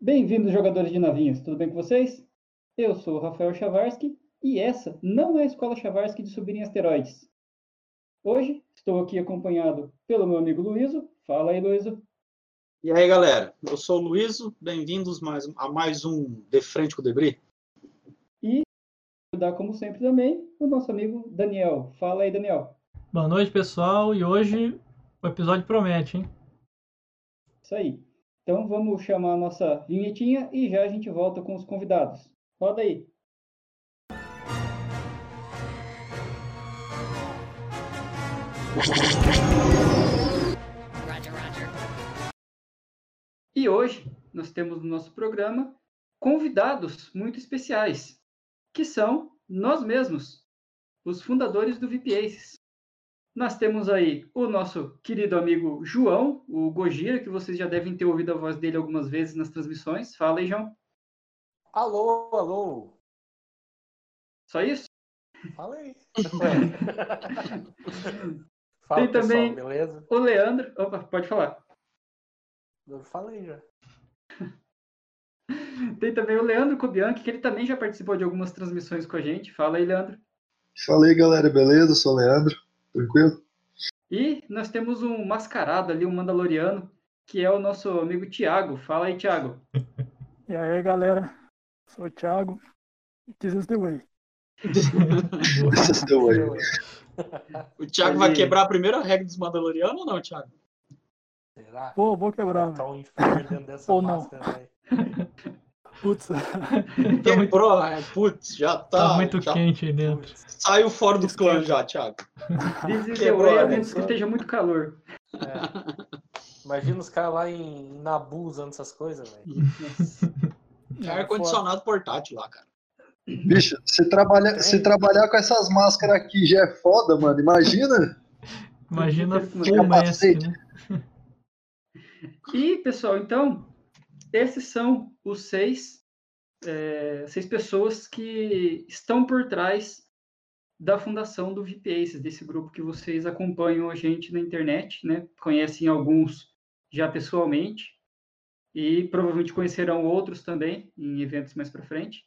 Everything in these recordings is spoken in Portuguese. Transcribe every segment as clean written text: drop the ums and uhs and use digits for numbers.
Bem-vindos, jogadores de navinhas, tudo bem com vocês? Eu sou o Rafael Chavarsky e essa não é a Escola Chavarsky de subir em asteroides. Hoje estou aqui acompanhado pelo meu amigo Luíso. Fala aí, Luíso. E aí, galera, eu sou o Luíso, bem-vindos a mais um De Frente com o Debris. E ajudar, como sempre, também o nosso amigo Daniel. Fala aí, Daniel. Boa noite, pessoal, e hoje o episódio promete, hein? Isso aí. Então vamos chamar a nossa vinhetinha e já a gente volta com os convidados. Roda aí. E hoje nós temos no nosso programa convidados muito especiais, que são nós mesmos, os fundadores do VIP Aces. Nós temos aí o nosso querido amigo João, o Gojira, que vocês já devem ter ouvido a voz dele algumas vezes nas transmissões. Fala aí, João. Alô, alô. Só isso? Fala aí. Fala, tem pessoal, também beleza? O Leandro. Opa, pode falar. Fala aí já. Tem também o Leandro Kobianchi, que ele também já participou de algumas transmissões com a gente. Fala aí, Leandro. Fala aí, galera, beleza? Eu sou o Leandro, tranquilo? E nós temos um mascarado ali, um mandaloriano, que é o nosso amigo Thiago. Fala aí, Thiago. E aí, galera, sou o Thiago. This is the way. This is the way. O Thiago vai quebrar a primeira regra dos Mandalorianos ou não, Thiago? Será? Vou quebrar. Tá um inferno dentro dessa ou não. máscara, velho. Putz. Quebrou, putz, já tá. Tá muito quente aí dentro. Saiu fora do clã já, Thiago. This is the way, a menos que esteja muito calor. Imagina os caras lá em Nabu usando essas coisas, velho. Ar-condicionado portátil lá, cara. Bicho, se trabalhar com essas máscaras aqui já é foda, mano. Imagina. Imagina full capacete. mask, né? E, pessoal, então, esses são os seis pessoas que estão por trás da fundação do VIP Aces, desse grupo que vocês acompanham a gente na internet, né? Conhecem alguns já pessoalmente e provavelmente conhecerão outros também em eventos mais para frente.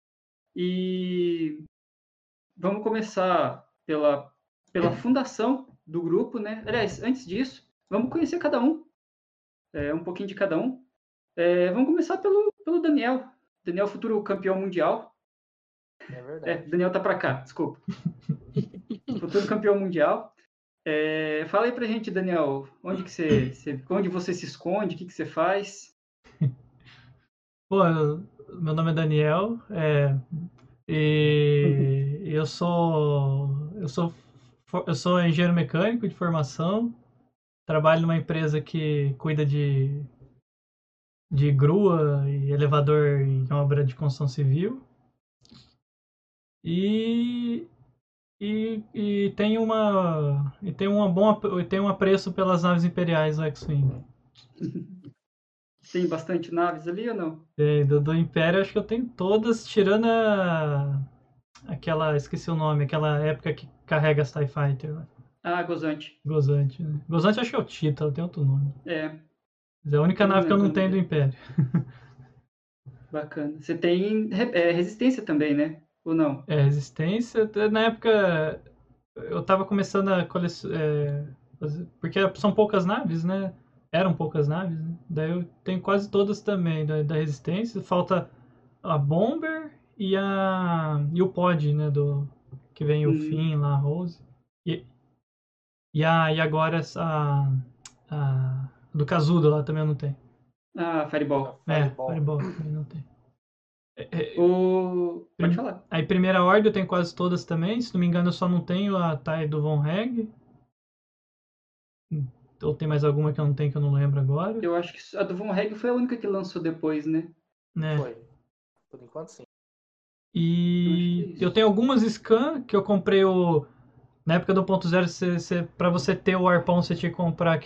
E vamos começar pela fundação do grupo, né? Aliás, antes disso, vamos conhecer cada um, um pouquinho de cada um. Vamos começar pelo Daniel. Daniel, futuro campeão mundial. É verdade. Daniel tá para cá, desculpa. Futuro campeão mundial. Fala aí pra gente, Daniel, onde você se esconde, o que você faz? Pô, meu nome é Daniel, e eu sou engenheiro mecânico de formação, trabalho numa empresa que cuida de grua e elevador em obra de construção civil. E tem um apreço pelas naves imperiais do X-Wing. Tem bastante naves ali ou não? Do Império, acho que eu tenho todas, tirando esqueci o nome, aquela época que carrega as TIE Fighter. Gozante. Gozante, né? Gozante acho que é o Tita, tem outro nome. Mas é a única Eu não nave que eu não lembro tenho do dele. Império. Bacana. Você tem resistência também, né? Ou não? Resistência. Na época, eu tava começando a colecionar. Porque são poucas naves, né? Eram poucas naves, né? Daí eu tenho quase todas também da resistência. Falta a Bomber e o Pod, né? Que vem o Finn lá, a Rose. E agora a do Casudo lá também eu não tenho. Fireball. Fireball também não tem. Pode falar. Aí, Primeira Ordem eu tenho quase todas também. Se não me engano, eu só não tenho a TIE do Von Reg. Ou tem mais alguma que eu não tenho que eu não lembro agora? Eu acho que a do Von Reg foi a única que lançou depois, né? Foi. Por enquanto, sim. E eu tenho algumas Scan que eu comprei na época do 1.0, pra você ter o arpão, você tinha que comprar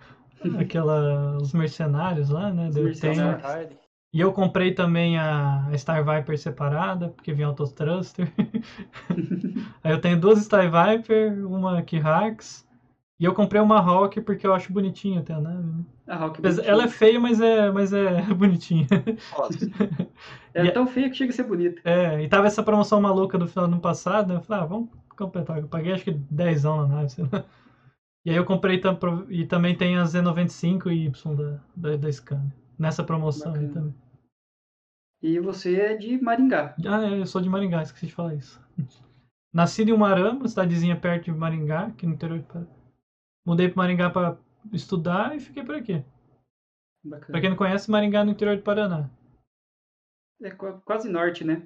os mercenários lá, né? E eu comprei também a Star Viper separada, porque vinha Autothruster. Aí eu tenho duas Star Viper, uma Kirax E eu comprei uma Hawk porque eu acho bonitinha até a nave, né? A Hawk Ela é feia, mas é bonitinha. Foda. É tão feia que chega a ser bonita. E tava essa promoção maluca do final do ano passado, eu falei, vamos completar. Eu paguei acho que 10 na nave, sei lá. E aí eu comprei e também tem a Z95Y da Scania. Nessa promoção aí Bacana. também. E você é de Maringá. Eu sou de Maringá, esqueci de falar isso. Nascido em Umarama, cidadezinha perto de Maringá, aqui no interior de Paraná. Mudei para Maringá para estudar e fiquei por aqui. Para Bacana. quem não conhece, Maringá no interior de Paraná. É quase norte, né?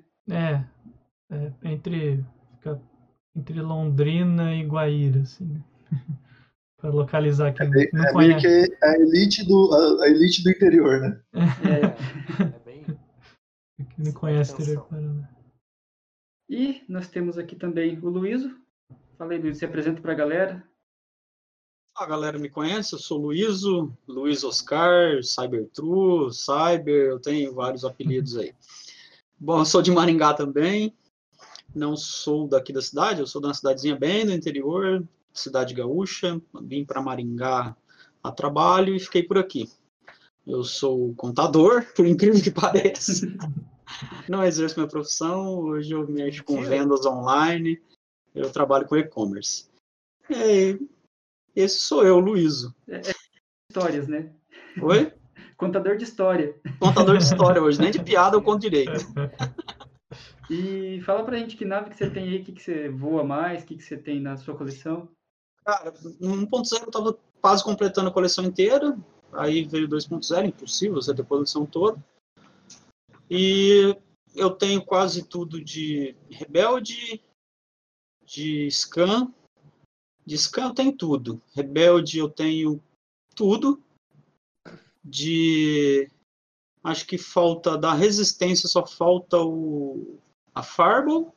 Fica entre Londrina e Guaíra, assim, né? Para localizar quem não Meio conhece. que a elite do interior, né? É bem. Quem não conhece o interior de Paraná. E nós temos aqui também o Luíso. Fala aí, Luíso, se apresenta para a galera. A galera me conhece, eu sou Luíso, Luiz Oscar, Cybertrue, Cyber, eu tenho vários apelidos aí. Bom, eu sou de Maringá também, não sou daqui da cidade, eu sou de uma cidadezinha bem do interior, cidade gaúcha, vim para Maringá a trabalho e fiquei por aqui. Eu sou contador, por incrível que pareça. Não exerço minha profissão, hoje eu mexo com vendas online, eu trabalho com e-commerce. Esse sou eu, Luíso. Histórias, né? Oi? Contador de história. Contador de história hoje, nem de piada eu conto direito. E fala pra gente que nave que você tem aí, que você voa mais, que você tem na sua coleção. Cara, no 1.0 eu tava quase completando a coleção inteira, aí veio 2.0, impossível você ter a coleção toda. E eu tenho quase tudo de Rebelde, de Scan. De Scan eu tenho tudo. Rebelde eu tenho tudo. Acho que falta da Resistência, só falta a Farbol.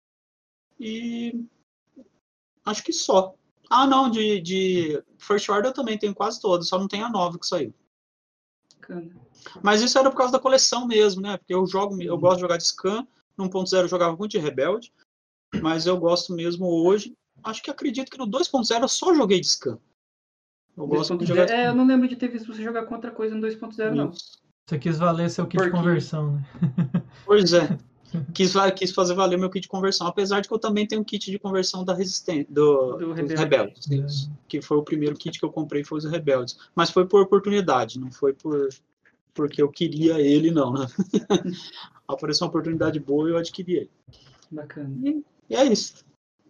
E acho que só. Ah, não, de First Order eu também tenho quase todos, só não tem a nova que saiu. Bacana. Mas isso era por causa da coleção mesmo, né? Porque eu gosto de jogar de Scan. No 1.0 eu jogava muito de Rebelde, mas eu gosto mesmo hoje. Acredito que no 2.0 eu só joguei de Scan. Eu gosto de jogar de Scan. Eu não lembro de ter visto você jogar com outra coisa no 2.0, não. Você quis valer seu kit de conversão, né? Pois é. Quis fazer valer meu kit de conversão, apesar de que eu também tenho um kit de conversão da Resistência, dos Rebeldes. Que foi o primeiro kit que eu comprei, foi os Rebeldes. Mas foi por oportunidade, não foi porque eu queria ele, não, né? Apareceu uma oportunidade boa e eu adquiri ele. Bacana. E é isso.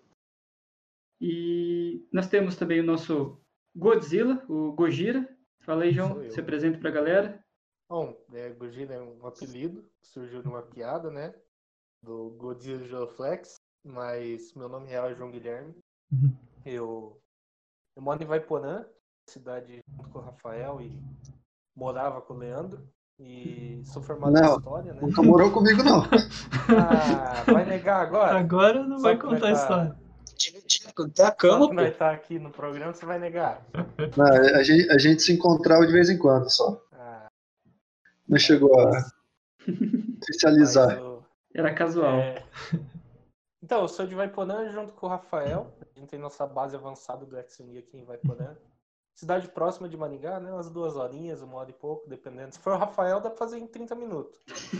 E nós temos também o nosso Godzilla, o Gojira. Fala aí, João, se apresenta pra galera. Bom, Gojira é um apelido, surgiu de uma piada, né? Do Godzilla Geoflex, mas meu nome real é João Guilherme. Eu moro em Vaiporã, cidade junto com o Rafael, e morava com o Leandro. E sou formado em História, né? Nunca morou comigo, não. Vai negar agora? Agora não vai contar a história. Até a cama, só que nós tá aqui no programa, você vai negar. Não, a gente se encontrava de vez em quando só. Não chegou a oficializar. Era casual. Então, eu sou de Vaiporã junto com o Rafael. A gente tem nossa base avançada do XMI aqui em Vaiporã. Cidade próxima de Maringá, né? Umas 2 horinhas, 1 hora e pouco, dependendo. Se for o Rafael, dá pra fazer em 30 minutos.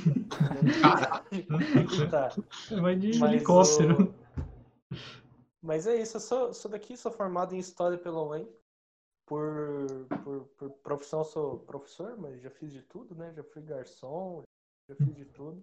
Vai de helicóptero. Mas é isso, eu sou daqui, sou formado em História pela UEM. Por profissão, sou professor, mas já fiz de tudo, né? Já fui garçom, já fiz de tudo.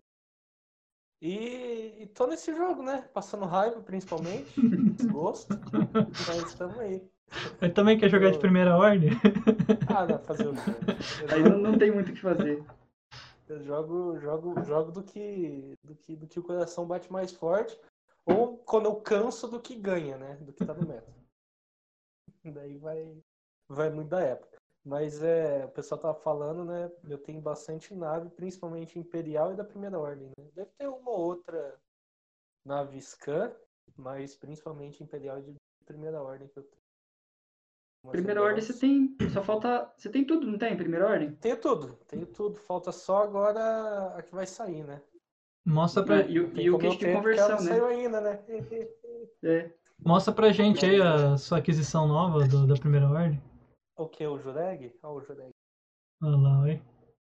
E tô nesse jogo, né? Passando raiva, principalmente. Desgosto. Mas estamos aí. Mas também quer jogar de primeira ordem? Não, fazer o quê? Aí não tem muito o que fazer. Eu jogo do que o coração bate mais forte. Ou quando eu canso do que ganha, né? Do que tá no meta. Daí vai muito da época. Mas o pessoal tava falando, né? Eu tenho bastante nave, principalmente Imperial e da Primeira Ordem, né? Deve ter uma ou outra nave Scan, mas principalmente Imperial e de Primeira Ordem que eu tenho. Primeira Ordem você tem. Só falta. Você tem tudo, não tem? Primeira Ordem? Tenho tudo. Falta só agora a que vai sair, né? Mostra pra. E o kit de conversão, né? Saiu ainda, né? Mostra pra gente aí a sua aquisição nova da primeira ordem. O que? O Jureg? Olha o Jureg. Olha lá, oi.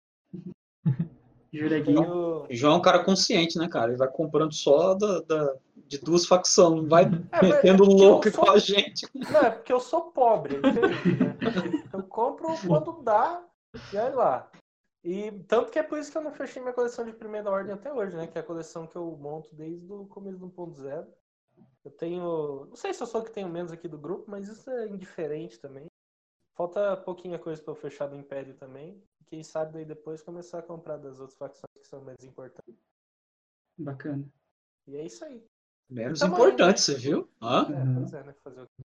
Jureguinho. João é um cara consciente, né, cara? Ele vai comprando só de duas facções, não vai metendo louco igual a gente. Não, é porque eu sou pobre, é diferente, né? Eu compro quando dá e olha lá. E tanto que é por isso que eu não fechei minha coleção de primeira ordem até hoje, né? Que é a coleção que eu monto desde o começo do 1.0. Eu tenho... Não sei se eu sou o que tenho menos aqui do grupo, mas isso é indiferente também. Falta pouquinha coisa pra eu fechar do Império também. E quem sabe daí depois começar a comprar das outras facções que são mais importantes. Bacana. E é isso aí. Menos Tamo importante, aí, né? você viu? Hã? Pois é, né? Fazer o quê?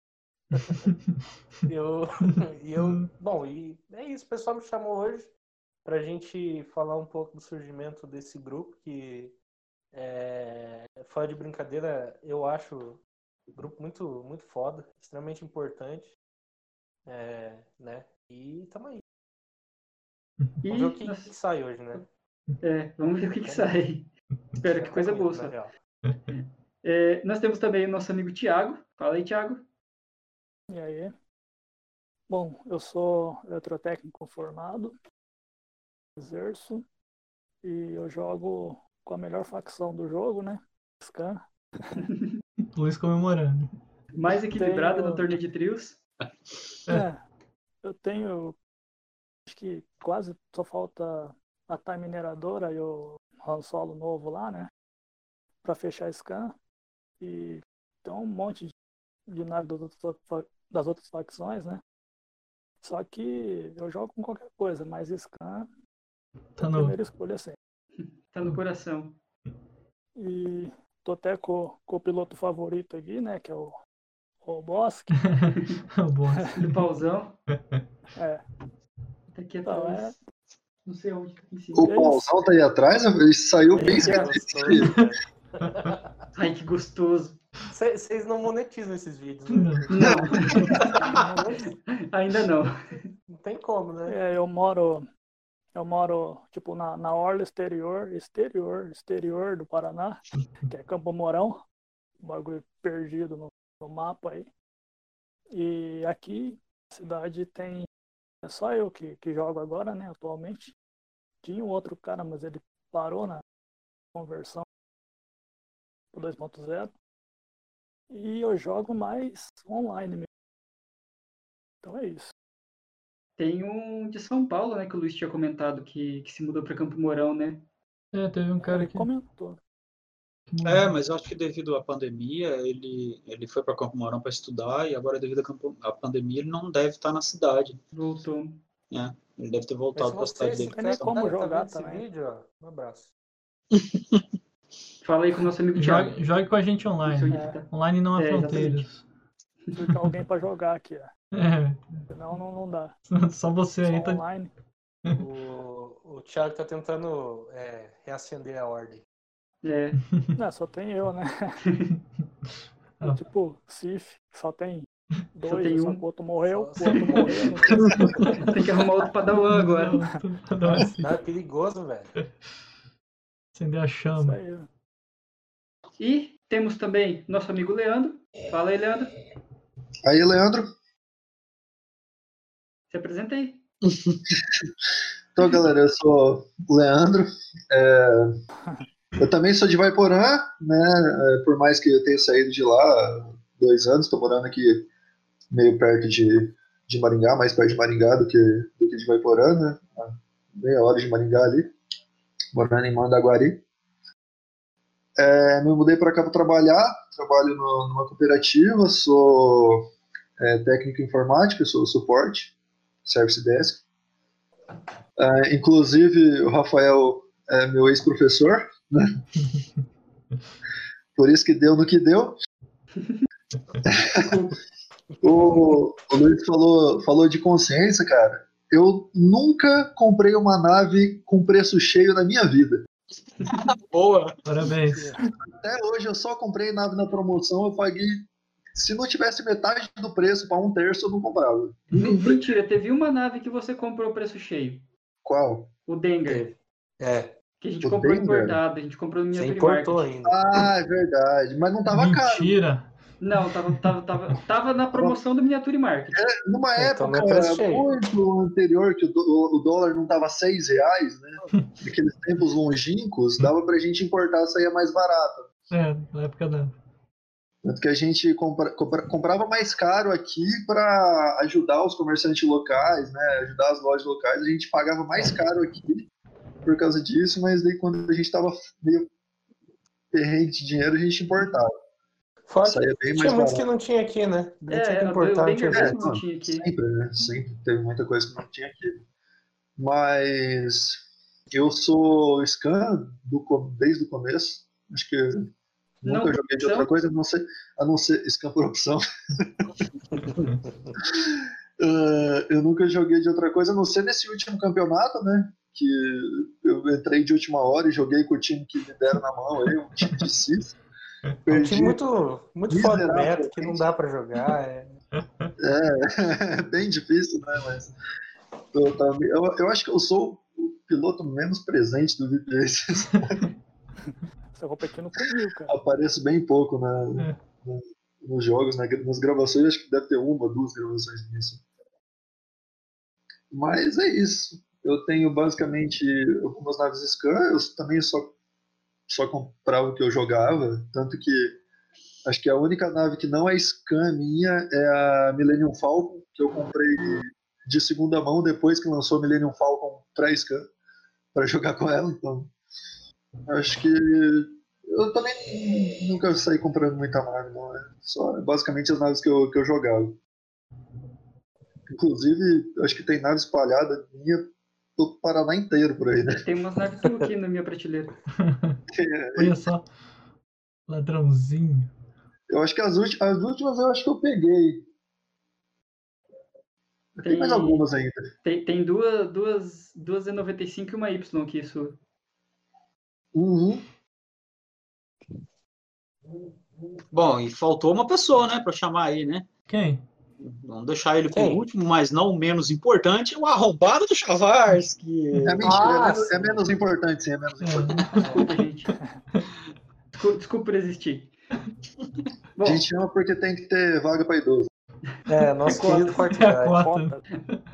Bom, e é isso. O pessoal me chamou hoje pra gente falar um pouco do surgimento desse grupo que, fora de brincadeira, eu acho um grupo muito, muito foda, extremamente importante. Né? E tamo aí. Vamos ver o que sai hoje, né? Vamos ver o que sai. Espero que coisa boa. Só. Nós temos também o nosso amigo Thiago. Fala aí, Thiago. E aí? Bom, eu sou eletrotécnico formado, exerço, e eu jogo com a melhor facção do jogo, né? Scan. Luiz comemorando. Mais equilibrada no torneio de trios. Eu tenho, acho que quase só falta a TAI mineradora e o Han Solo novo lá, né? Pra fechar a Scan. E tem um monte de nave das outras facções, né? Só que eu jogo com qualquer coisa, mas Scan é a primeira escolha sempre. Tá no coração. E tô até com o piloto favorito aqui, né? Que é o Bosk. O Bosk. Do pauzão. Tá aqui atrás. Não sei onde. Aqui em cima. O pauzão tá aí atrás, ele saiu bem esquisito. Ai, que gostoso. Vocês não monetizam esses vídeos, né? Não. Ainda não. Não tem como, né? Eu moro tipo na orla exterior do Paraná, que é Campo Mourão, um bagulho perdido no mapa aí. E aqui na cidade tem só eu que jogo agora, né, atualmente. Tinha um outro cara, mas ele parou na conversão pro 2.0. E eu jogo mais online mesmo. Então é isso. Tem um de São Paulo, né, que o Luiz tinha comentado que se mudou para Campo Mourão, né? Teve um cara que comentou. Mas eu acho que devido à pandemia, ele foi para Campo Mourão para estudar e agora devido à pandemia ele não deve estar na cidade. Voltou. Ele deve ter voltado para a cidade dele. Não tem nem como jogar também. Vídeo, ó. Um abraço. Fala aí com o nosso amigo Thiago. Jogue com a gente online. Online não há fronteiras. Precisa de alguém para jogar aqui, ó. Senão não dá. Só você aí tá online. O Thiago tá tentando reacender a ordem. Não, só tem eu, né? Tipo, Sif, só tem dois, só que o outro morreu, Tem que arrumar outro Padawan agora. Não, é perigoso, velho. Acender a chama. Isso aí. E temos também nosso amigo Leandro. Fala aí, Leandro. Aí, Leandro. Se apresenta aí. Então, galera, eu sou o Leandro. Eu também sou de Vaiporã, né? Por mais que eu tenha saído de lá há 2 anos, estou morando aqui meio perto de Maringá, mais perto de Maringá do que de Vaiporã, né? Meia hora de Maringá ali, morando em Mandaguari. Me mudei para cá para trabalhar, trabalho numa cooperativa, sou técnico em informática, sou suporte, service desk. Inclusive, o Rafael é meu ex-professor, né? Por isso que deu no que deu. O Luiz falou de consciência, cara. Eu nunca comprei uma nave com preço cheio na minha vida. Boa! Parabéns. Até hoje eu só comprei nave na promoção, eu paguei. Se não tivesse metade do preço para 1/3, eu não comprava. Mentira, teve uma nave que você comprou preço cheio. Qual? O Dengar. Que a gente comprou importado, a gente comprou no Miniature Market. Você importou ainda. É verdade. Mas não tava caro. Mentira. Não, tava na promoção do Miniature Market. Numa Então não é época preço cheio. muito anterior, que o dólar não tava R$6, né? Naqueles tempos longínquos, dava pra gente importar, saía mais barato. Na época da. Tanto que a gente comprava mais caro aqui para ajudar os comerciantes locais, né? Ajudar as lojas locais. A gente pagava mais caro aqui por causa disso, mas daí quando a gente estava meio perrengue de dinheiro, a gente importava. Fora Saía que bem tinha mais muitos que barato. não tinha aqui, né? Daí tinha que Era importar, bem não tinha nervoso jeito. que não tinha aqui. Sempre, né? Sempre teve muita coisa que não tinha aqui. Mas eu sou scan desde o começo. Acho que Não nunca por joguei de opção. outra coisa, a não ser scan por opção. Eu nunca joguei de outra coisa, a não ser nesse último campeonato, né? Que eu entrei de última hora e joguei com o time que me deram na mão aí, um time de CIS. Um Perdi time muito fora do meta, que não miseravelmente. dá pra jogar. É bem difícil, né? Mas eu acho que eu sou o piloto menos presente do VPS. Você tá competindo comigo, cara. Apareço bem pouco nos jogos, né? Nas gravações, acho que deve ter uma, duas gravações nisso. Mas é isso. Eu tenho basicamente algumas naves Scan, eu também só comprava o que eu jogava, tanto que acho que a única nave que não é Scan minha é a Millennium Falcon, que eu comprei de segunda mão depois que lançou a Millennium Falcon pré-Scan, para jogar com ela, então acho que eu também nunca saí comprando muita nave, não, né? Só basicamente as naves que eu jogava. Inclusive, acho que tem nave espalhada minha do Paraná inteiro por aí, né? Tem umas naves tu aqui na minha prateleira. Olha só. Ladrãozinho. Eu acho que as últimas eu acho que eu peguei. Tem mais algumas ainda. Tem duas E95 e uma Y aqui, sua. Uhum. Bom, e faltou uma pessoa, né, para chamar aí, né? Quem? Vamos deixar ele por Quem? último, mas não menos importante, o arrombado do Chavarsky. É mentira, Ah, é menos importante, sim, é menos importante. Desculpa, gente. Desculpa por existir. Bom, A gente chama porque tem que ter vaga para idoso. Nosso Cota. querido Fortnite. Cota.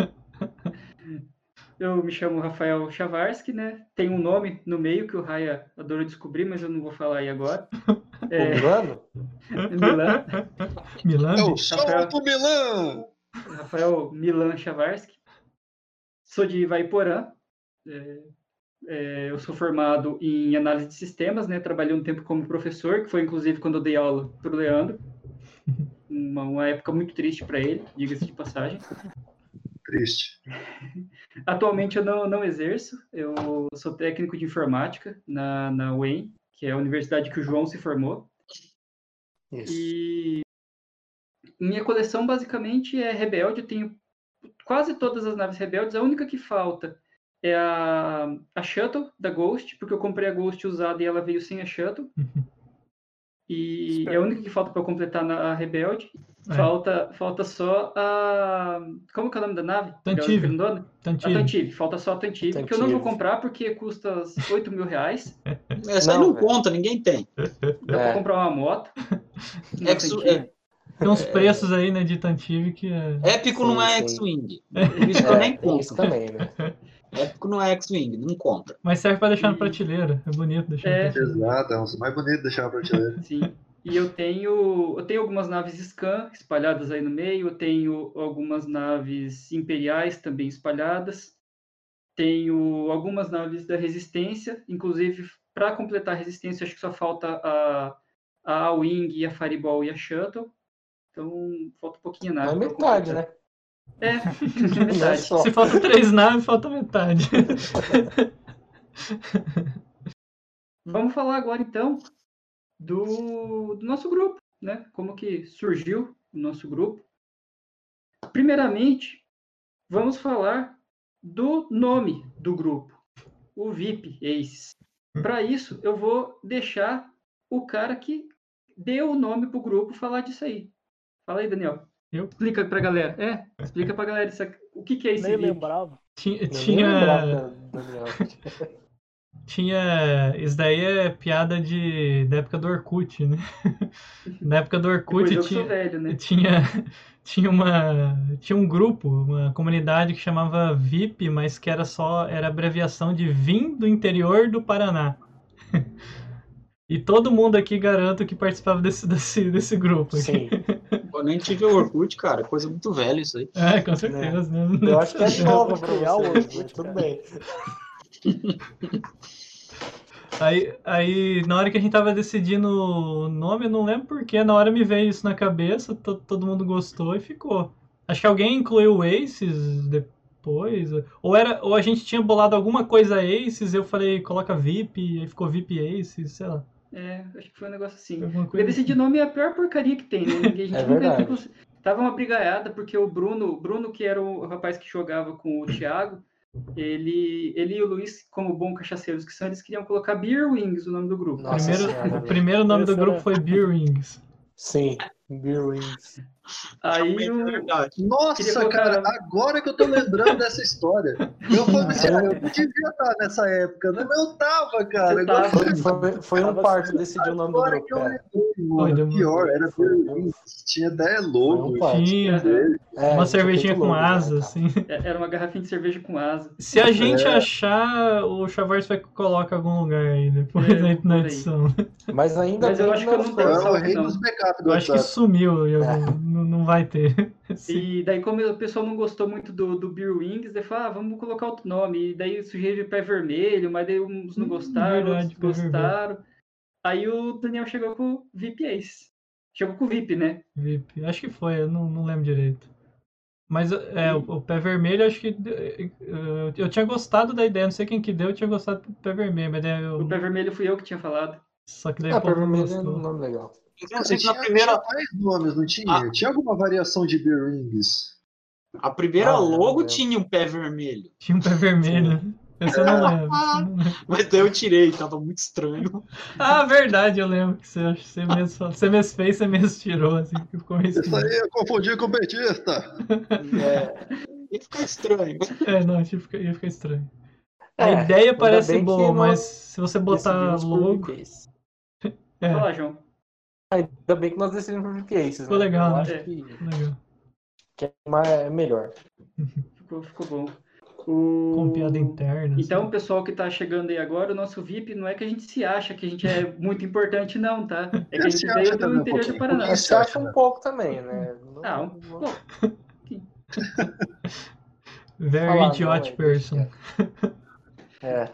eu me chamo Rafael Chavarsky, né? Tem um nome no meio que o Raya adorou descobrir, mas eu não vou falar aí agora. O Milano? Milan. Milan? Eu sou do Milan! Rafael Milan Chavarsky. Sou de Ivaiporã. Eu sou formado em análise de sistemas, né? Trabalhei um tempo como professor, que foi inclusive quando eu dei aula para o Leandro. Uma época muito triste para ele, diga-se de passagem. Triste. Atualmente eu não exerço, eu sou técnico de informática na UEM, que é a universidade que o João se formou. Isso. E minha coleção basicamente é Rebelde, eu tenho quase todas as naves Rebeldes, a única que falta é a Shuttle da Ghost, porque eu comprei a Ghost usada e ela veio sem a Shuttle. E é a única que falta para eu completar a Rebelde. Falta só a... Como que é o nome da nave? Tantive. A Tantive. Falta só a Tantive, que eu não vou comprar porque custa R$8.000. Essa aí não conta, ninguém tem. Dá para comprar uma moto. Tem uns preços aí, né, de Tantive que é... Épico não é X-Wing. Isso eu nem conto. Isso também, né? Épico não é X-Wing, não conta. Mas serve para deixar na prateleira. É bonito deixar na prateleira. Exato, é o mais bonito deixar na prateleira. Sim. E eu tenho algumas naves Scan espalhadas aí no meio, eu tenho algumas naves imperiais também espalhadas, tenho algumas naves da Resistência, inclusive para completar a Resistência acho que só falta a Wing, a Fireball e a Shuttle, então falta um pouquinho a nave. Não é metade, né? Metade. Se falta 3 naves, falta metade. Vamos falar agora então do nosso grupo, né? Como que surgiu o nosso grupo. Primeiramente, vamos falar do nome do grupo, o VIP Aces. Para isso, eu vou deixar o cara que deu o nome para o grupo falar disso aí. Fala aí, Daniel. Explica para a galera. Explica para a galera o que é esse Nem VIP. lembrava. Tinha... Nem lembrava, Daniel. Isso daí é piada da época do Orkut, né? Na época do Orkut Depois eu que sou velho, né? tinha um grupo, uma comunidade que chamava VIP, mas que era abreviação de Vim do Interior do Paraná. E todo mundo aqui garanto que participava desse grupo aqui. Sim. Eu nem tive o Orkut, cara. Coisa muito velha isso aí. É, com certeza, né? Eu acho que é nova Vou pra criar o você, Orkut, mas tudo cara. bem. Aí, na hora que a gente tava decidindo o nome, eu não lembro porquê, na hora me veio isso na cabeça, todo mundo gostou e ficou. Acho que alguém incluiu o Aces depois, ou a gente tinha bolado alguma coisa Aces, eu falei, coloca VIP, aí ficou VIP Aces, sei lá. Acho que foi um negócio assim. Alguma Porque coisa decidir assim. nome é a pior porcaria que tem, né? A gente É nunca verdade. tava uma brigaiada, porque o Bruno, que era o rapaz que jogava com o Thiago, ele e o Luiz, como bons cachaceiros que são, eles queriam colocar Beer Wings, o nome do grupo. Nossa senhora, O velho. primeiro nome do Esse grupo era- foi Beer Rings. Sim, Beer Wings. Aí Realmente é o... verdade. Queria Nossa, colocar- cara, agora que eu tô lembrando dessa história. Eu falei assim, eu não devia estar nessa época, né? Mas eu tava, cara. Você Agora, tava. Foi um parto decidir o nome do agora grupo, que eu cara. lembrei, Foi, mano. Pior, era Foi- Berlim. Tinha até Foi logo. um parto. Tinha Aham. É, a uma gente tinha cervejinha feito com logo já, asa, cara. assim. Era uma garrafinha de cerveja com asa. Se a gente achar, o Chavars vai colocar em algum lugar aí depois Por na aí. edição. Mas ainda Mas eu bem acho que que eu não não foi. tenho É o salvo, rei não. dos backups do Eu acho que WhatsApp. sumiu, não vai ter. Sim. E daí, como o pessoal não gostou muito do Beer Wings, daí falou, vamos colocar outro nome. E daí surgiu o Pé Vermelho, mas daí uns não gostaram, verdade, outros Pé Vermelho. gostaram. Aí o Daniel chegou com o VIP Ace. Chegou com o VIP, né? VIP. Acho que foi, eu não lembro direito. Mas o Pé Vermelho, acho que eu tinha gostado da ideia, não sei quem que deu, eu tinha gostado do Pé Vermelho, mas daí O Pé Vermelho fui eu que tinha falado. só que daí o Pé povo não Vermelho é um gostou. nome legal. Cara, Inclusive, tinha mais nomes, não tinha? Tinha alguma variação de Beer Rings? a primeira Ah, logo é. tinha um pé vermelho. Tinha um Pé Vermelho, né? Esse eu não lembro. Mas daí eu tirei, tava muito estranho. Ah, verdade, eu lembro que você mesmo fez, você mesmo tirou, assim, que ficou meio Isso esquisito. aí eu confundi com petista. Ia ficar estranho. Não, ia ficar estranho. É, A ideia ainda parece bem que boa, nós mas se você botar decidimos por logo. VPAs. Vou falar, João. Ainda bem que nós decidimos por VPAs. Ficou legal, Eu né? acho Legal. que é melhor. Ficou bom. Com piada interna. Então, assim. o pessoal que tá chegando aí agora, o nosso VIP não é que a gente se acha que a gente é muito importante, não, tá? É que a gente Se veio acha do também um interior do pouquinho. Paraná. Mas você acha um pouco também, né? Bom, Very falar idiot não, person. É.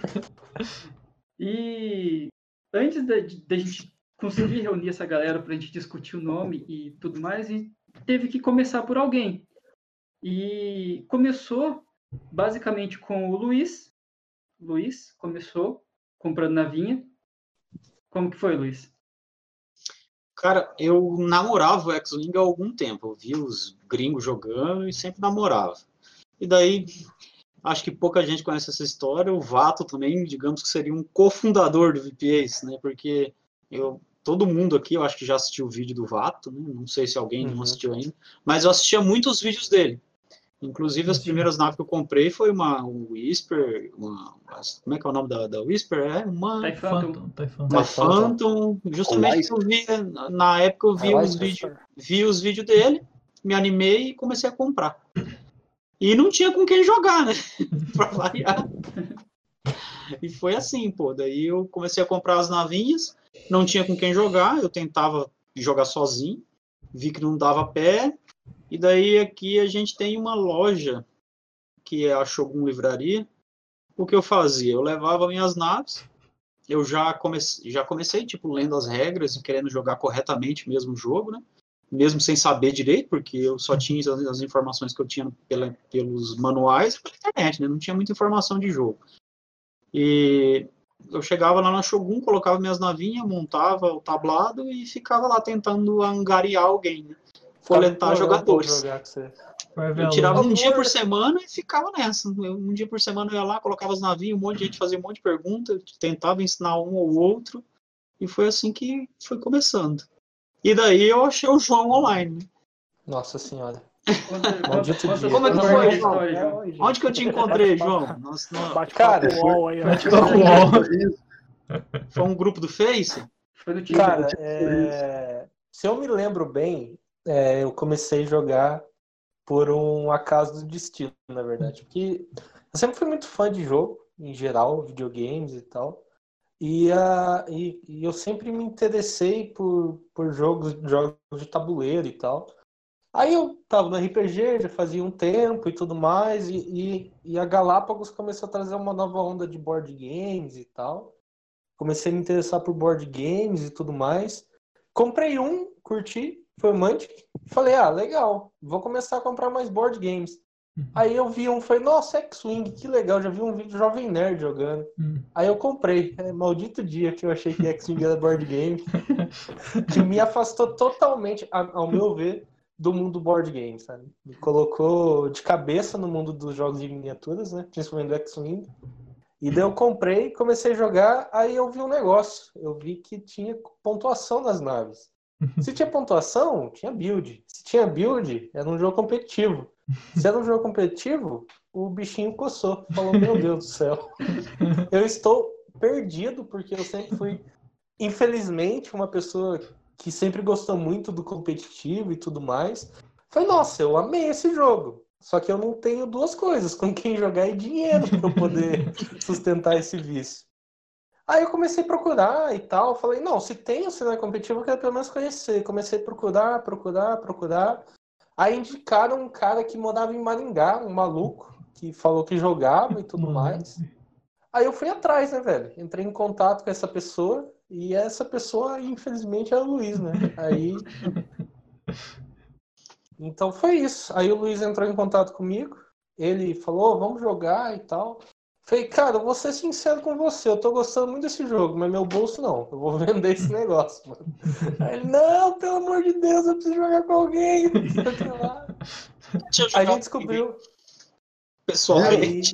E antes da gente conseguir reunir essa galera para a gente discutir o nome e tudo mais, a gente teve que começar por alguém. E começou basicamente com o Luiz. Luiz começou comprando navinha. Como que foi, Luiz? Cara, eu namorava o X-Wing há algum tempo. Eu vi os gringos jogando e sempre namorava. E daí, acho que pouca gente conhece essa história. O Vato também, digamos que seria um cofundador do VPAs, né? Porque todo mundo aqui, eu acho que já assistiu o vídeo do Vato, né? Não sei se alguém não assistiu ainda, mas eu assistia muitos vídeos dele. Inclusive, as primeiras naves que eu comprei foi um Whisper, como é que é o nome da Whisper? É uma Phantom, justamente que eu vi, na época eu vi os vídeos dele, me animei e comecei a comprar. E não tinha com quem jogar, né? Pra variar. E foi assim, pô. Daí eu comecei a comprar as navinhas, não tinha com quem jogar, eu tentava jogar sozinho, vi que não dava pé, e daí aqui a gente tem uma loja, que é a Shogun Livraria. O que eu fazia? Eu levava minhas naves, eu já comecei tipo, lendo as regras e querendo jogar corretamente mesmo o jogo, né? Mesmo sem saber direito, porque eu só tinha as informações que eu tinha pelos manuais e pela internet, né? Não tinha muita informação de jogo. E eu chegava lá na Shogun, colocava minhas navinhas, montava o tablado e ficava lá tentando angariar alguém, né? Coletar jogadores. Eu tirava um dia por semana e ficava nessa. Um dia por semana eu ia lá, colocava as navinhas, um monte de gente fazia um monte de perguntas, tentava ensinar um ou outro, e foi assim que foi começando. E daí eu achei o João online. Né? Nossa senhora. Maldito dia. Como é que conta foi, a João? história, João. Onde que eu te encontrei, João? Nossa, Bate Cara, papo UOL aí, ó. foi um grupo do Face? Foi no Tinder. Cara, se eu me lembro bem, eu comecei a jogar por um acaso do destino, na verdade. Porque eu sempre fui muito fã de jogo, em geral, videogames e tal. E eu sempre me interessei por jogos de tabuleiro e tal. Aí eu tava no RPG, já fazia um tempo e tudo mais, e a Galápagos começou a trazer uma nova onda de board games e tal. Comecei a me interessar por board games e tudo mais. Comprei um, curti, foi o Mantic. Falei, legal, vou começar a comprar mais board games. Aí eu vi um, falei, nossa, X-Wing, que legal, já vi um vídeo do Jovem Nerd jogando. Aí eu comprei. Maldito dia que eu achei que X-Wing era board game, que me afastou totalmente, ao meu ver, do mundo board game, sabe? Me colocou de cabeça no mundo dos jogos de miniaturas, né? Principalmente do X-Wing. E daí eu comprei, comecei a jogar, aí eu vi um negócio. Eu vi que tinha pontuação nas naves. Se tinha pontuação, tinha build. Se tinha build, era um jogo competitivo. Se era um jogo competitivo, o bichinho coçou. Falou, meu Deus do céu. Eu estou perdido, porque eu sempre fui, infelizmente, uma pessoa que sempre gostou muito do competitivo e tudo mais. Falei, nossa, eu amei esse jogo. Só que eu não tenho duas coisas, com quem jogar e dinheiro para eu poder sustentar esse vício. Aí eu comecei a procurar e tal. Falei, não, se tem o cenário competitivo, eu quero pelo menos conhecer. Comecei a procurar. Aí indicaram um cara que morava em Maringá, um maluco, que falou que jogava e tudo mais. Aí eu fui atrás, né, velho? Entrei em contato com essa pessoa, e essa pessoa, infelizmente, é o Luiz, né? Aí. Então foi isso. Aí o Luiz entrou em contato comigo, ele falou, vamos jogar e tal. Falei, cara, eu vou ser sincero com você, eu tô gostando muito desse jogo, mas meu bolso não, eu vou vender esse negócio, mano. Aí ele, não, pelo amor de Deus, eu preciso jogar com alguém, não sei o que lá. A gente descobriu. Pessoalmente.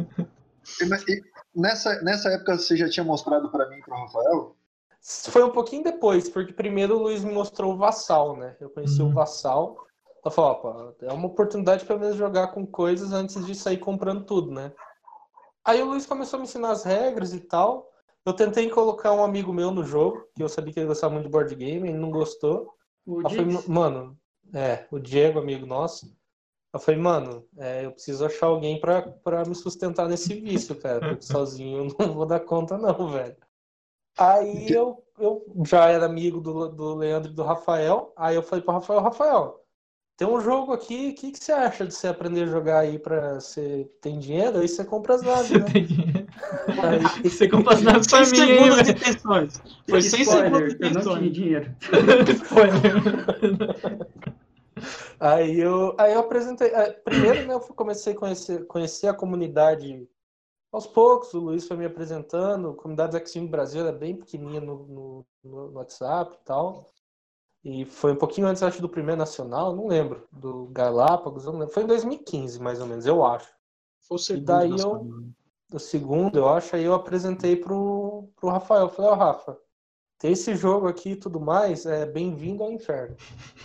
E nessa época você já tinha mostrado pra mim e pro Rafael? Foi um pouquinho depois, porque primeiro o Luiz me mostrou o Vassal, né? Eu conheci o Vassal. Eu falei, opa, é uma oportunidade pelo menos jogar com coisas antes de sair comprando tudo, né? Aí o Luiz começou a me ensinar as regras e tal. Eu tentei colocar um amigo meu no jogo, que eu sabia que ele gostava muito de board game, ele não gostou. O Eu falei, Dix. mano, o Diego, amigo nosso. Eu falei, mano, eu preciso achar alguém pra me sustentar nesse vício, cara, porque sozinho eu não vou dar conta, não, velho. Aí eu já era amigo do Leandro e do Rafael. Aí eu falei pro Rafael, tem um jogo aqui, o que você acha de você aprender a jogar aí pra você ter dinheiro? Aí você compra as naves, Você né? tem dinheiro. Aí, Você compra as naves pra Sem mim, hein, segundas velho? intenções. Foi sem Spoiler, segundas eu não tinha intenções. dinheiro. Spoiler. aí eu apresentei. Primeiro, né, eu comecei a conhecer a comunidade aos poucos. O Luiz foi me apresentando. A comunidade do X-Wing Brasil era bem pequenininha no WhatsApp e tal. E foi um pouquinho antes, acho, do primeiro nacional, não lembro, do Galápagos, eu não lembro. Foi em 2015, mais ou menos, eu acho. Foi o E segundo daí nacional. o segundo, eu acho, aí eu apresentei pro Rafael. Falei, Rafa, tem esse jogo aqui e tudo mais, bem-vindo ao inferno.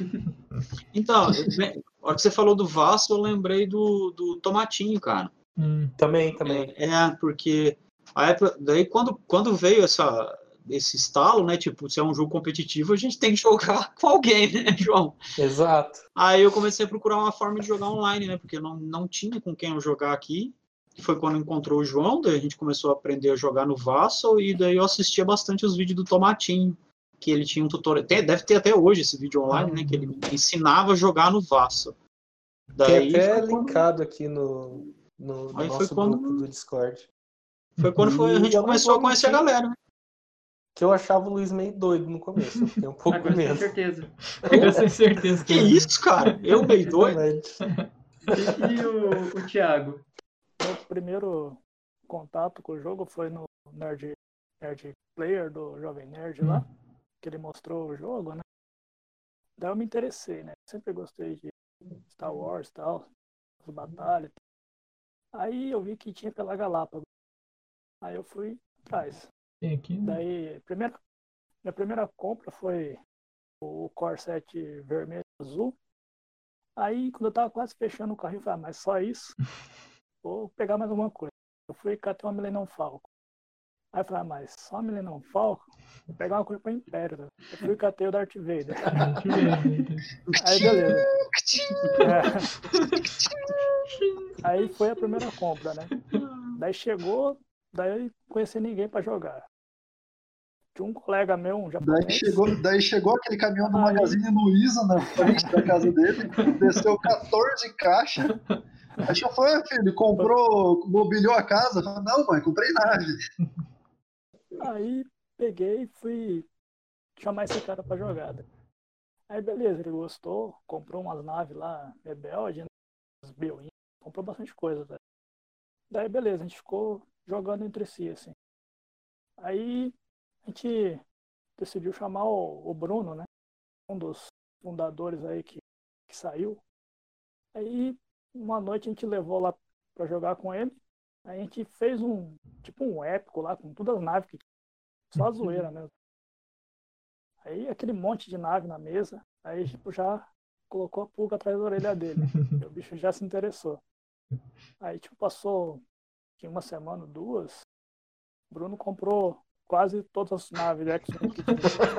Então, a hora que você falou do Vasco, eu lembrei do Tomatinho, cara. Também. Porque a época, daí quando veio esse estalo, né? Tipo, se é um jogo competitivo, a gente tem que jogar com alguém, né, João? Exato. Aí eu comecei a procurar uma forma de jogar online, né? Porque não tinha com quem eu jogar aqui. Foi quando encontrou o João, daí a gente começou a aprender a jogar no Vassal, e daí eu assistia bastante os vídeos do Tomatinho, que ele tinha um tutorial, deve ter até hoje esse vídeo online, né? Que ele ensinava a jogar no Vassal. Tem Daí até linkado aqui no aí nosso grupo do Discord. Foi quando a gente eu não começou vou a conhecer a mentir galera, né? que eu achava o Luiz meio doido no começo. Eu fiquei um pouco Agora medo. tenho certeza. Eu tenho certeza Que isso, cara? Eu meio doido? Exatamente. E o Thiago? Meu primeiro contato com o jogo foi no Nerd Player do Jovem Nerd lá, que ele mostrou o jogo, né? Daí eu me interessei, né? Sempre gostei de Star Wars e tal, as batalhas. Aí eu vi que tinha pela Galápagos. Aí eu fui atrás. Tem aqui, né? Daí, minha primeira compra foi o Corset vermelho e azul. Aí, quando eu tava quase fechando o carrinho, eu falei, mas só isso? Vou pegar mais alguma coisa. Eu fui catei uma Millennium Falcon. Aí eu falei, mas só Millennium Falcon? Vou pegar uma coisa pra Império. Né? Eu fui catei o Darth Vader. Aí, beleza. Aí foi a primeira compra, né? Daí chegou, daí eu conheci ninguém pra jogar. Tinha um colega meu, um japonês. Daí chegou aquele caminhão do Magazine Luiza na frente da casa dele, desceu 14 caixas. Aí eu falei, filho, mobiliou a casa? Eu falei, não, mãe, comprei nave. Aí peguei e fui chamar esse cara pra jogada. Aí beleza, ele gostou, comprou umas naves lá, Rebelde, umas Bioin, comprou bastante coisa, velho. Daí beleza, a gente ficou jogando entre si, assim. Aí a gente decidiu chamar o Bruno, né? Um dos fundadores aí que saiu. Aí uma noite a gente levou lá pra jogar com ele. Aí a gente fez tipo um épico lá, com todas as naves, só a zoeira mesmo. Aí aquele monte de nave na mesa, aí tipo já colocou a pulga atrás da orelha dele. E o bicho já se interessou. Aí tipo passou uma semana, 2, o Bruno comprou quase todas as naves do X-Men que tinha.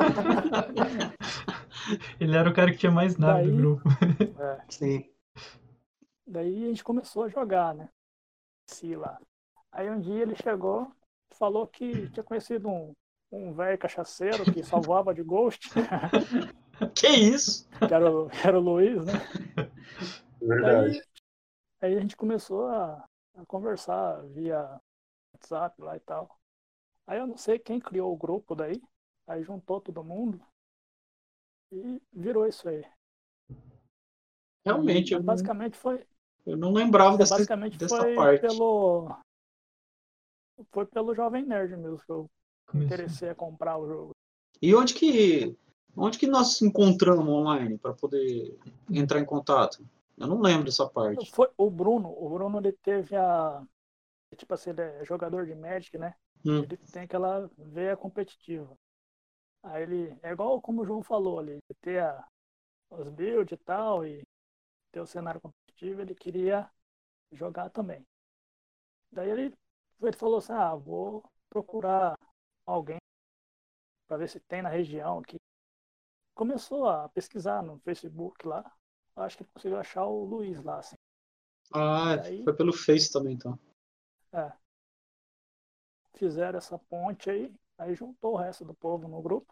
Ele era o cara que tinha mais nave do grupo. Sim. Daí a gente começou a jogar, né? Lá. Aí um dia ele chegou, falou que tinha conhecido um velho cachaceiro que só voava de Ghost. Que isso? Que era o Luiz, né? Verdade. Aí a gente começou a conversar via WhatsApp lá e tal. Aí eu não sei quem criou o grupo daí. Aí juntou todo mundo e virou isso aí. Realmente, Basicamente foi. Eu não lembrava dessa parte. Foi pelo Jovem Nerd mesmo que eu me interessei a comprar o jogo. E onde que nós nos encontramos online para poder entrar em contato? Eu não lembro dessa parte. Foi o Bruno ele teve tipo assim, ele é jogador de Magic, né? Ele tem aquela veia competitiva. Aí ele, é igual como o João falou ali, ter os builds e tal, e ter o cenário competitivo, ele queria jogar também. Daí ele falou assim, vou procurar alguém para ver se tem na região aqui. Começou a pesquisar no Facebook lá, acho que conseguiu achar o Luiz lá, assim. Daí, foi pelo Face também, então. Fizeram essa ponte aí juntou o resto do povo no grupo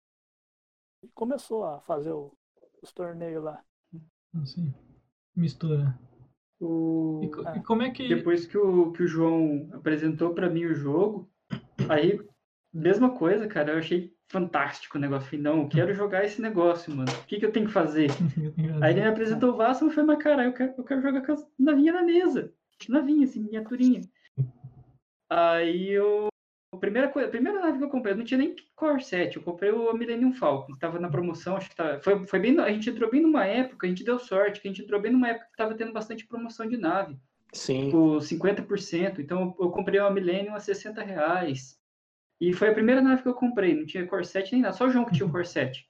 e começou a fazer os torneios lá. Assim, mistura. E como é que... Depois que o João apresentou para mim o jogo, aí, mesma coisa, cara, eu achei fantástico o negócio. Falei, não, eu quero jogar esse negócio, mano. O que eu tenho que fazer? Aí ele me apresentou o Vasco, eu falei, mas cara, eu quero jogar com as navinhas na mesa. Navinha, assim, miniaturinha. Aí a primeira nave que eu comprei, eu não tinha nem Core 7, eu comprei o Millennium Falcon, que tava na promoção, acho que foi bem, a gente entrou bem numa época, a gente deu sorte, que a gente entrou bem numa época que tava tendo bastante promoção de nave. Sim. Tipo, 50%, então eu comprei uma Millennium a R$60. E foi a primeira nave que eu comprei, não tinha Core 7 nem nada, só o João que tinha o Core 7.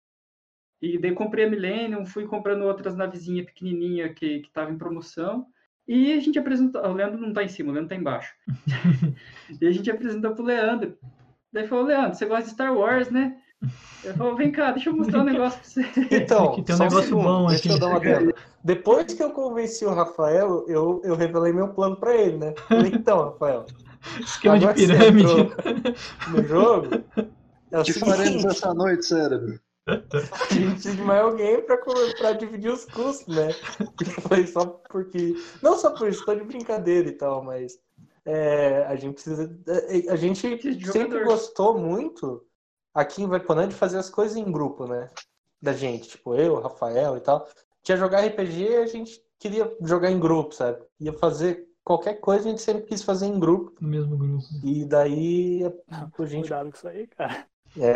E daí comprei a Millennium, fui comprando outras navezinhas pequenininhas que tava em promoção. E a gente apresentou, o Leandro não tá em cima, o Leandro tá embaixo. E a gente apresentou pro Leandro. Daí falou, Leandro, você gosta de Star Wars, né? Ele falou, vem cá, deixa eu mostrar um negócio pra você. Então, tem um negócio bom deixa aqui. eu dar uma adenda. Depois que eu convenci o Rafael, eu revelei meu plano pra ele, né? Falei, então, Rafael, esquema de agora pirâmide. Você entrou no jogo, é o que seguinte, faremos essa noite, cérebro? a gente precisa de mais alguém pra dividir os custos, né? Foi só porque... Não só por isso, tô de brincadeira e tal, mas a gente precisa... A gente sempre gostou muito, aqui em Vaiporã, de fazer as coisas em grupo, né? Da gente, tipo eu, Rafael e tal. Tinha jogar RPG, a gente queria jogar em grupo, sabe? Ia fazer qualquer coisa, a gente sempre quis fazer em grupo. No mesmo grupo. E daí a gente... Cuidado com isso aí, cara.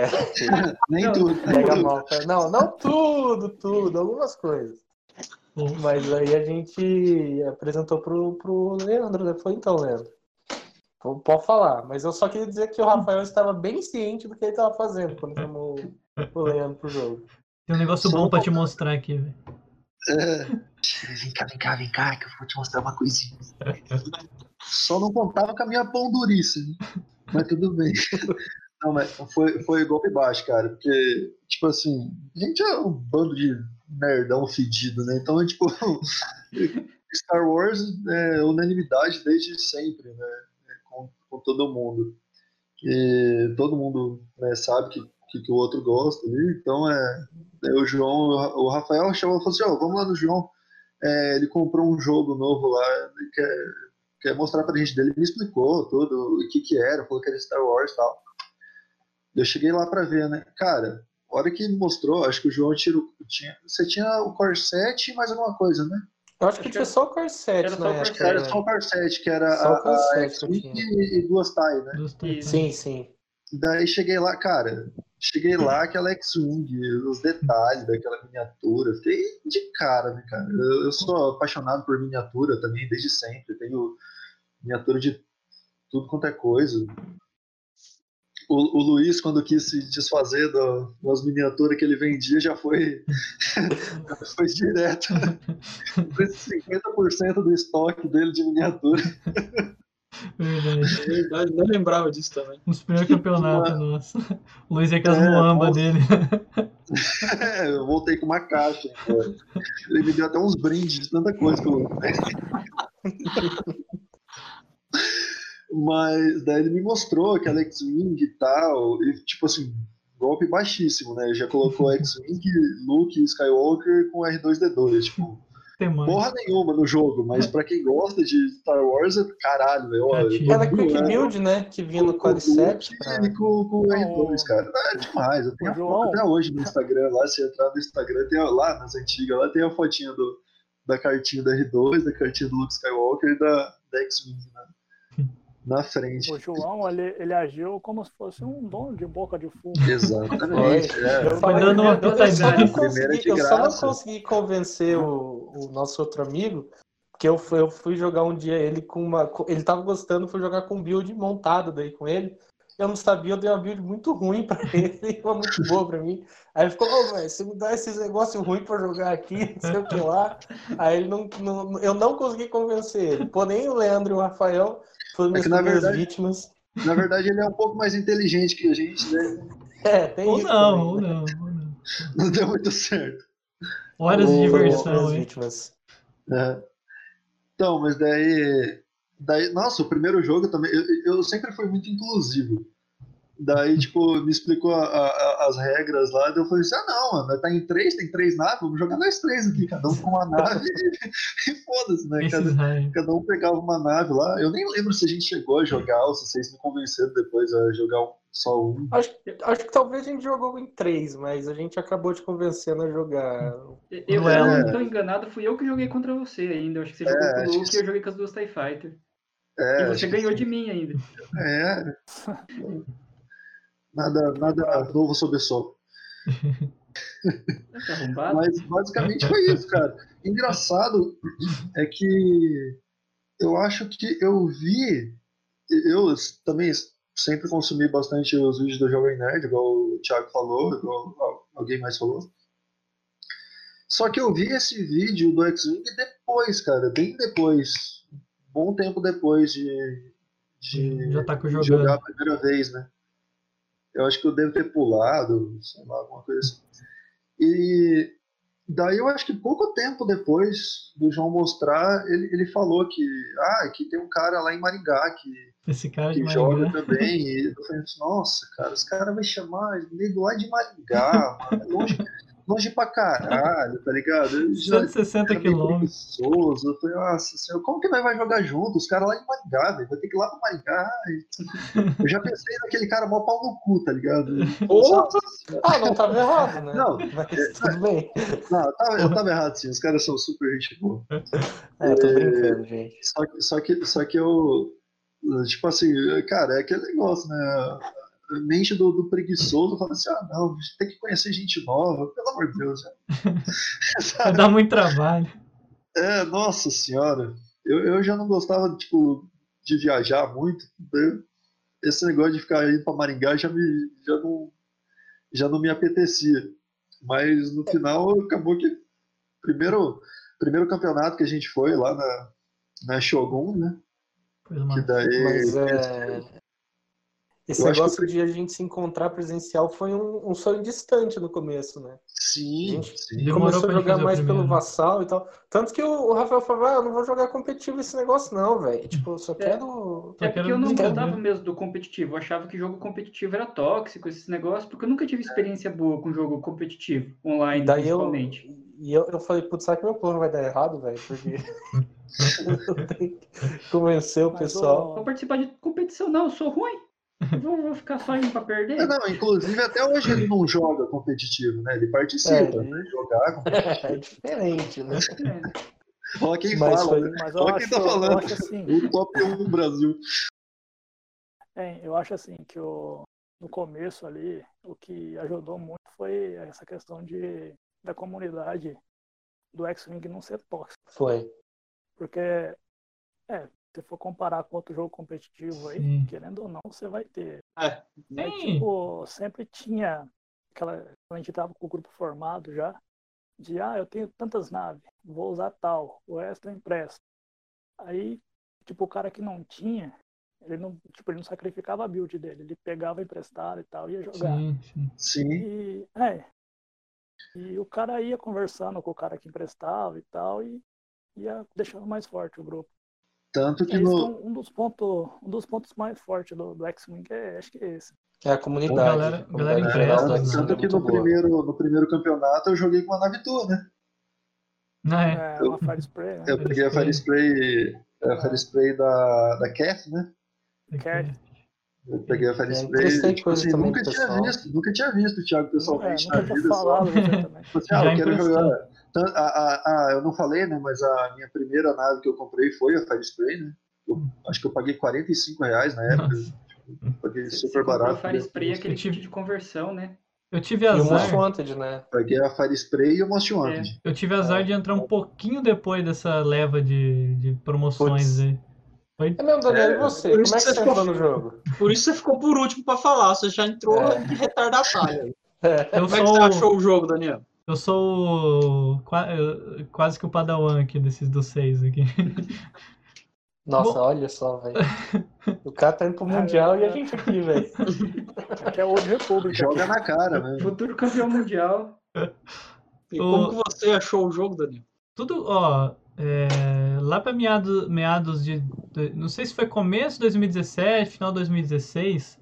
Nem tudo. Pega mal, cara. Não tudo, algumas coisas. Mas aí a gente apresentou pro Leandro, né? Foi então, Leandro. Pode falar, mas eu só queria dizer que o Rafael estava bem ciente do que ele estava fazendo quando chamou o Leandro pro jogo. Tem um negócio bom pra te mostrar aqui, velho. Vem cá, que eu vou te mostrar uma coisinha. Só não contava com a minha pão duríssima. Mas tudo bem. Não, mas foi golpe baixo, cara. Porque, tipo assim, a gente é um bando de nerdão fedido, né? Então, tipo, Star Wars é unanimidade desde sempre, né? Com todo mundo. E todo mundo, né, sabe que o outro gosta ali. Então, o João, o Rafael chamou e falou assim: ó, vamos lá no João. Ele comprou um jogo novo lá, ele quer mostrar pra gente dele. Ele me explicou tudo, o que era, falou que era Star Wars e tal. Eu cheguei lá pra ver, né? Cara, a hora que ele mostrou, acho que o João você tinha o Corset e mais alguma coisa, né? Eu acho que tinha só o Corset Era só na o época. Corset. Era só o Corset, que era Só o a Corset que eu X-Wing tinha. e duas TIE, né? Dos Titãs. Sim, sim. Daí cheguei lá, cara, aquela X-Wing, os detalhes daquela miniatura, fiquei de cara, né, cara? Eu sou apaixonado por miniatura também, desde sempre. Tenho miniatura de tudo quanto é coisa. O Luiz, quando quis se desfazer das miniaturas que ele vendia, já foi direto. 50% do estoque dele de miniatura. Verdade. É verdade, não lembrava disso também. Um dos primeiros campeonatos, nossa. O Luiz é com as muamba dele. Eu voltei com uma caixa. Cara. Ele me deu até uns brindes de tanta coisa que eu. Mas daí ele me mostrou aquela X-Wing e tal, e tipo assim, golpe baixíssimo, né? Já colocou X-Wing, Luke Skywalker com R2-D2, tipo, Tem mais. porra nenhuma no jogo, mas pra quem gosta de Star Wars, caralho, velho. Gatilho. Era Quick Build, né? Que vinha no Quadriceps. E com o R2, cara. É demais. Eu tenho a foto até hoje no Instagram lá. Se entrar no Instagram, tem lá nas antigas, lá tem a fotinha da cartinha do R2, da cartinha do Luke Skywalker e da X-Wing, né? Na frente. O João, ele agiu como se fosse um dono de boca de fumo. Exatamente. Foi dando uma pitadinha. Eu só não consegui convencer o nosso outro amigo, porque eu fui jogar um dia ele com uma. Ele tava gostando, fui jogar com um build montado daí com ele. Eu não sabia, eu dei uma build muito ruim pra ele e uma muito boa pra mim. Aí ele ficou, velho, você me dá esses negócios ruins pra jogar aqui, não sei o que lá. Aí ele eu não consegui convencer ele. Porém, o Leandro e o Rafael foram minhas primeiras vítimas. Na verdade, ele é um pouco mais inteligente que a gente, né? Tem ou isso. Não, também, ou né? não. Não deu muito certo. Horas de diversão, hein? Vítimas. Então, mas daí, nossa, o primeiro jogo também, eu sempre fui muito inclusivo. Daí, tipo, me explicou as regras lá, daí eu falei assim, não, mano, tem três naves, vamos jogar nós três aqui, cada um com uma nave e foda-se, né? Cada um pegava uma nave lá. Eu nem lembro se a gente chegou a jogar ou se vocês me convenceram depois a jogar só um. Acho que talvez a gente jogou em 3, mas a gente acabou te convencendo a jogar. Eu não tô enganado, fui eu que joguei contra você ainda. Eu acho que você jogou com o Luke e eu joguei com as duas TIE Fighter. E você ganhou de mim ainda. Nada novo sob o sol. Tá arrombado? Mas basicamente foi isso, cara. Engraçado é que eu acho que eu também sempre consumi bastante os vídeos do Jovem Nerd, igual o Thiago falou, igual alguém mais falou. Só que eu vi esse vídeo do X-Wing depois, cara, bem depois. Bom tempo depois de Já tá jogar a primeira vez, né? Eu acho que eu devo ter pulado, sei lá, alguma coisa assim. E daí eu acho que pouco tempo depois do João mostrar, ele falou que tem um cara lá em Maringá Esse cara que joga também. E eu falei assim, nossa, cara, os caras vão chamar nego lá de Maringá, mano, longe pra caralho, tá ligado? 160 quilômetros. Eu falei, nossa senhora, como que nós vai jogar junto? Os caras lá de Maringá, velho, vai ter que ir lá pra Maringá. Eu já pensei naquele cara mó pau no cu, tá ligado? Não tava errado, né? Não, mas tudo bem. Não, eu tava errado sim, os caras são super gente boa. Tô brincando, gente. Só que eu, tipo assim, cara, é aquele negócio, né? Mente do preguiçoso, fala assim, não, a gente tem que conhecer gente nova, pelo amor de Deus. Vai dar muito trabalho. Nossa senhora. Eu já não gostava, tipo, de viajar muito. Esse negócio de ficar indo pra Maringá já não me apetecia. Mas no final acabou que primeiro campeonato que a gente foi lá na Shogun, né? Coisa Que massa. daí. Mas esse Eu acho que negócio de a gente se encontrar presencial foi um sonho distante no começo, né? A Sim, gente sim. Demorou começou a pra gente jogar fazer o mais pelo primeiro. Vassal e tal. Tanto que o Rafael falou, eu não vou jogar competitivo esse negócio não, velho. Tipo, eu só quero... Só É porque quero eu não brincadeira. gostava mesmo do competitivo. Eu achava que jogo competitivo era tóxico, esses negócios, porque eu nunca tive experiência boa com jogo competitivo, E online daí principalmente. eu falei, putz, será que meu plano vai dar errado, velho? Porque eu tenho que convencer o Mas pessoal. Vou participar de competição, não, eu sou ruim. Eu vou ficar só indo pra perder? Não, inclusive até hoje ele não joga competitivo, né? Ele participa, né? Jogar competitivo. É diferente, né? Olha quem Mas fala, foi- né? Mas eu Olha quem acho, tá eu falando. acho assim, O top 1 Brasil. eu acho assim que no começo ali, o que ajudou muito foi essa questão da comunidade do X-Wing não ser tóxica. Foi. Porque, se for comparar com outro jogo competitivo aí, Sim. querendo ou não, você vai ter. É. Mas, Sim. tipo, sempre tinha quando a gente tava com o grupo formado já, eu tenho tantas naves, vou usar tal, o resto eu empresto. Aí, tipo, o cara que não tinha, ele não sacrificava a build dele, ele pegava emprestado e tal, ia jogar. Sim, sim. Sim. E o cara ia conversando com o cara que emprestava e tal, e ia deixando mais forte o grupo. Tanto que É isso que é no. um dos pontos mais fortes do X-Wing, acho que é esse. É a comunidade. Galera- A comunidade galera geral do empresta, X-Wing Tanto é que muito boa. no primeiro campeonato eu joguei com uma nave tua, né? Ah, Uma Fire Spray, né? Eu peguei a Fire Spray. A Fire Spray da Kef, né? Cat. Eu peguei a Fire Spray. Emprestei Tipo coisa assim, também nunca pro tinha pessoal. visto o Thiago pessoalmente na Nunca tinha vida. Só. falado você também. Tipo assim, Já eu quero emprestou. jogar. Eu não falei, né? Mas a minha primeira nave que eu comprei foi a Fire Spray, né? Acho que eu paguei R$45 na época. Nossa. Paguei Você super comprou barato. o Fire Spray, Eu aquele tive- kit de conversão, né? Eu tive E o Most azar. Wanted, né? Paguei a Fire Spray e o Most Wanted. Eu tive azar de entrar um pouquinho depois dessa leva de promoções Putz. aí. Foi É mesmo, Daniel, e você? Por Como isso é que que você você ficou- entrou no jogo? Por isso você ficou por último pra falar. Você já entrou É. de retardatário. Eu Como é que você achou o jogo, Daniel? Eu sou quase que o padawan aqui dos 6 aqui. Nossa, Bom. olha só, velho. O cara tá indo pro Mundial e a gente aqui, velho. Aqui é Old Republic. Joga na cara, né? Futuro campeão mundial. E como que você achou o jogo, Daniel? Tudo, ó, lá para meados não sei se foi começo de 2017, final de 2016,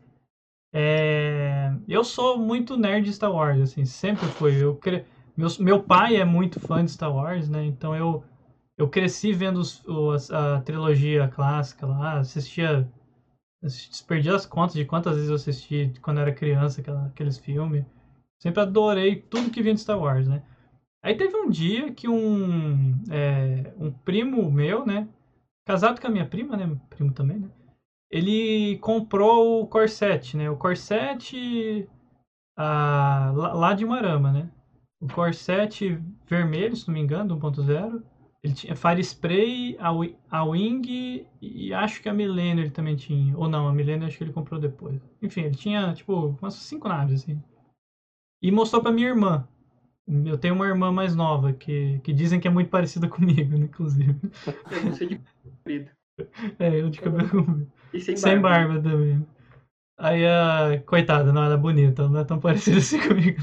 eu sou muito nerd de Star Wars, assim, sempre fui. Meu pai é muito fã de Star Wars, né? Então eu cresci vendo a trilogia clássica lá, perdi as contas de quantas vezes eu assisti quando era criança aqueles filmes. Sempre adorei tudo que vinha de Star Wars, né? Aí teve um dia que um primo meu, né? Casado com a minha prima, né? Primo também, né? Ele comprou o Corset, né? O Corset lá de Marama, né? O Corset vermelho, se não me engano, 1.0. Ele tinha Fire Spray, a Wing e acho que a Millennium ele também tinha. Ou não, a Millennium acho que ele comprou depois. Enfim, ele tinha, tipo, umas 5 naves, assim. E mostrou pra minha irmã. Eu tenho uma irmã mais nova, que dizem que é muito parecida comigo, né, inclusive. Eu não sei de comprido. Eu de cabelo comprido. E sem Sem barba. barba também. Aí coitada, não, ela é bonita, ela não é tão parecida assim comigo.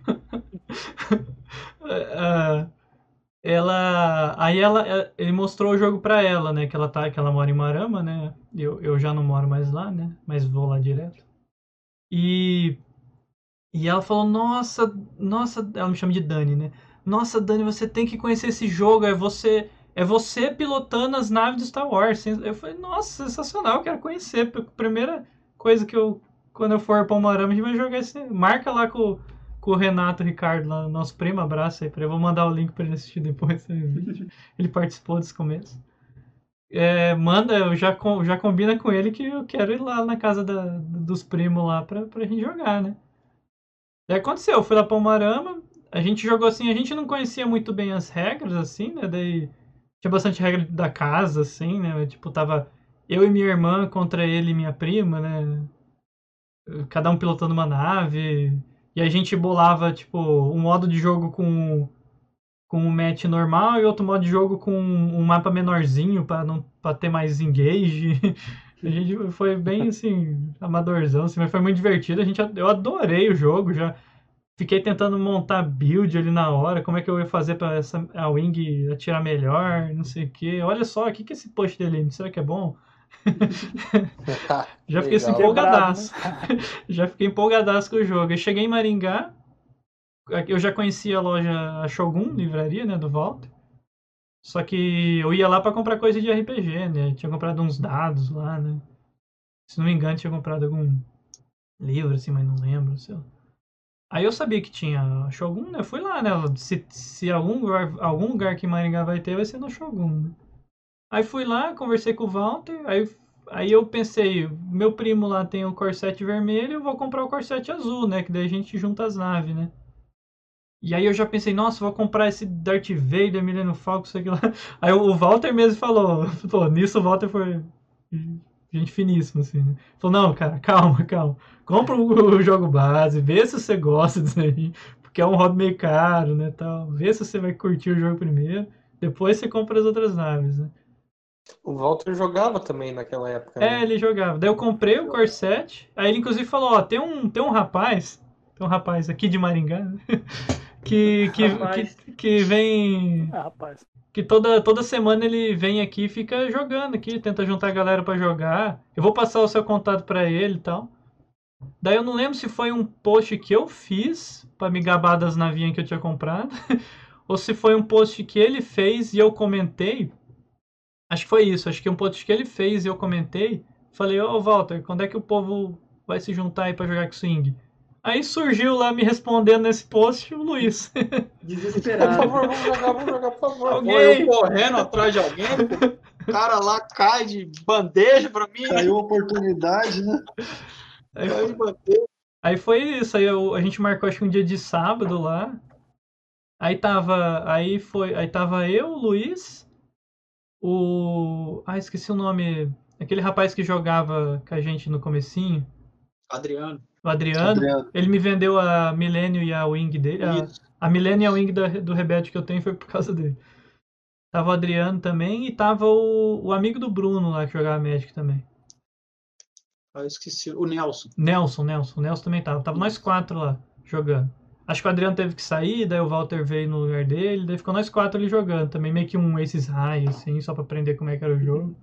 Ele mostrou o jogo pra ela, né? Que ela mora em Marama, né? Eu já não moro mais lá, né? Mas vou lá direto. E ela falou, nossa, ela me chama de Dani, né? Nossa, Dani, você tem que conhecer esse jogo, é você pilotando as naves do Star Wars. Eu falei, nossa, sensacional, eu quero conhecer. Primeira coisa que quando eu for para o Marama, a gente vai jogar esse. Marca lá com o Renato Ricardo, lá, nosso primo, abraço aí pra ele. Eu vou mandar o link para ele assistir depois. Ele participou desse começo. Já combina com ele que eu quero ir lá na casa dos primos lá pra gente jogar, né? Daí aconteceu, eu fui lá pra Umarama, a gente jogou assim, a gente não conhecia muito bem as regras, assim, né? Daí tinha bastante regra da casa, assim, né? Tipo, tava eu e minha irmã contra ele e minha prima, né? Cada um pilotando uma nave. E a gente bolava, tipo, um modo de jogo com com um match normal e outro modo de jogo com um mapa menorzinho para ter mais engage. A gente foi bem assim, amadorzão, assim, mas foi muito divertido. Eu adorei o jogo, já fiquei tentando montar build ali na hora, como é que eu ia fazer para a Wing atirar melhor, não sei o quê. Olha só, o que é esse post dele? Será que é bom? Já fiquei assim, Legal. empolgadaço. Já fiquei empolgadaço com o jogo. Eu cheguei em Maringá, eu já conhecia a loja a Shogun, livraria, né, do Walter. Só que eu ia lá pra comprar coisa de RPG, né? Tinha comprado uns dados lá, né? Se não me engano, tinha comprado algum livro, assim, mas não lembro, sei lá. Aí eu sabia que tinha a Shogun, né? Eu fui lá, né? Se algum lugar que Maringá vai ter, vai ser no Shogun, né? Aí fui lá, conversei com o Walter, aí eu pensei, meu primo lá tem o Corset vermelho, eu vou comprar o Corset azul, né? Que daí a gente junta as naves, né? E aí eu já pensei, nossa, vou comprar esse Darth Vader, Millennium Falcon, isso aqui lá. Aí o Walter mesmo falou, pô, nisso o Walter foi gente finíssima, assim, né? Falou, não, cara, calma. Compra o jogo base, vê se você gosta disso aí, porque é um hobby meio caro, né, tal. Vê se você vai curtir o jogo primeiro, depois você compra as outras naves, né? O Walter jogava também naquela época, né? Ele jogava. Daí eu comprei o Corset, aí ele inclusive falou, ó, tem um rapaz aqui de Maringá, né? Rapaz. que vem. rapaz. Que toda semana ele vem aqui e fica jogando aqui, tenta juntar a galera pra jogar. Eu vou passar o seu contato pra ele e tal. Daí eu não lembro se foi um post que eu fiz pra me gabar das navinhas que eu tinha comprado, ou se foi um post que ele fez e eu comentei. Acho que foi isso, acho que um post que ele fez e eu comentei. Falei, ô Walter, quando é que o povo vai se juntar aí pra jogar com swing? Aí surgiu lá me respondendo nesse post o Luiz. Por Desesperado. favor, vamos jogar, por favor. Alguém- Ou eu correndo atrás de alguém, o cara lá cai de bandeja pra mim. Caiu a oportunidade, né? Aí Cai foi, de bandeja. aí foi isso, a gente marcou acho que um dia de sábado lá. Aí tava eu, o Luiz, esqueci o nome, aquele rapaz que jogava com a gente no comecinho, Adriano. o Adriano. Adriano. Ele me vendeu a Millennium e a Wing dele. Isso. A Millennium e a Wing do Rebelde que eu tenho foi por causa dele. Tava o Adriano também e tava o amigo do Bruno lá que jogava Magic também. Eu esqueci. O Nelson. Nelson também tava. Tava nós 4 lá, jogando. Acho que o Adriano teve que sair, daí o Walter veio no lugar dele, daí ficou nós 4 ali jogando. Também meio que um Aces High, assim, só pra aprender como é que era o jogo.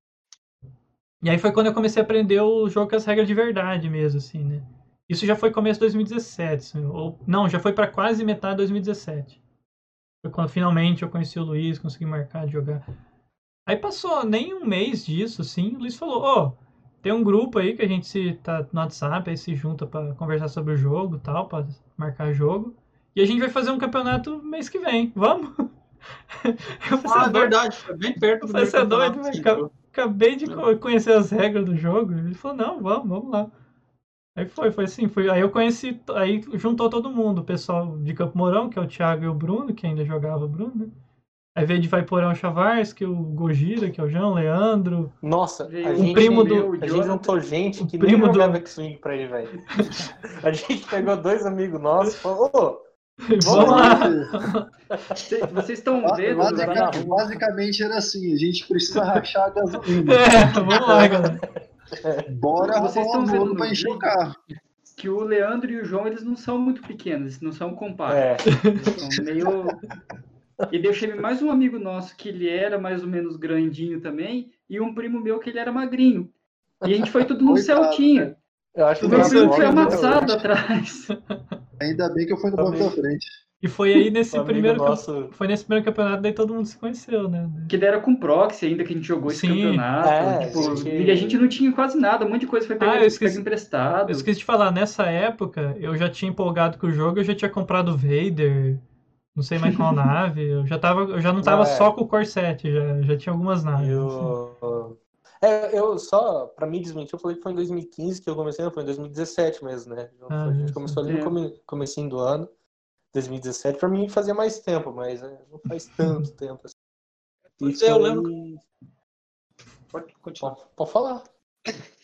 E aí foi quando eu comecei a aprender o jogo com as regras de verdade mesmo, assim, né? Isso já foi começo de 2017, assim, não, já foi pra quase metade de 2017. Foi quando finalmente eu conheci o Luiz, consegui marcar de jogar. Aí passou nem um mês disso, assim, o Luiz falou, tem um grupo aí que a gente tá no WhatsApp, aí se junta pra conversar sobre o jogo e tal, pra marcar jogo. E a gente vai fazer um campeonato mês que vem, vamos? Eu falei, É verdade, foi bem perto do você é meu doido, campeonato. velho? Acabei de conhecer as regras do jogo. Ele falou, não, vamos lá. Aí foi assim, aí eu conheci, aí juntou todo mundo, o pessoal de Campo Mourão, que é o Thiago e o Bruno, que ainda jogava o Bruno, né? Aí veio de Vaiporão o Chavarsky, o Gojira, que é o João, o Leandro. Nossa, Veio a o gente, primo do- meu, o a gente Jonathan. juntou gente O que primo nem do- jogava X-Wing pra ele, velho. A gente pegou 2 amigos nossos e falou, Vamos lá. Vocês estão vendo? Basicamente era assim, a gente precisa rachar a gasolina. Vamos lá, galera. Bora Vocês arrumar estão um vendo novo no pra encher o vídeo carro. que o Leandro e o João, eles não são muito pequenos, eles não são compactos. é, Eles são meio... E daí eu chamei mais um amigo nosso que ele era mais ou menos grandinho também, e um primo meu que ele era magrinho. E a gente foi tudo no Coitado, Celtinha. eu acho O que meu Nossa, primo foi eu- amassado atrás. Ainda bem que eu fui no banco da frente. E foi aí nesse um amigo primeiro nosso. foi nesse primeiro campeonato, daí todo mundo se conheceu, né? Que daí era com proxy ainda que a gente jogou esse Sim. campeonato. É, Tipo, gente- e a gente não tinha quase nada, um monte de coisa foi Eu pego esqueci emprestado. Eu esqueci de falar, nessa época eu já tinha empolgado com o jogo, eu já tinha comprado o Vader, não sei mais qual nave, eu já não tava Não, é. só com o Corset, já tinha algumas naves. E assim. eu só, pra mim desmentir, eu falei que foi em 2015 que eu comecei, não, foi em 2017 mesmo, né? A gente isso. começou ali no comecinho do ano, 2017, pra mim fazia mais tempo, mas não faz tanto tempo assim. Pois E é, eu foi- lembro. Pode continuar. Pode falar.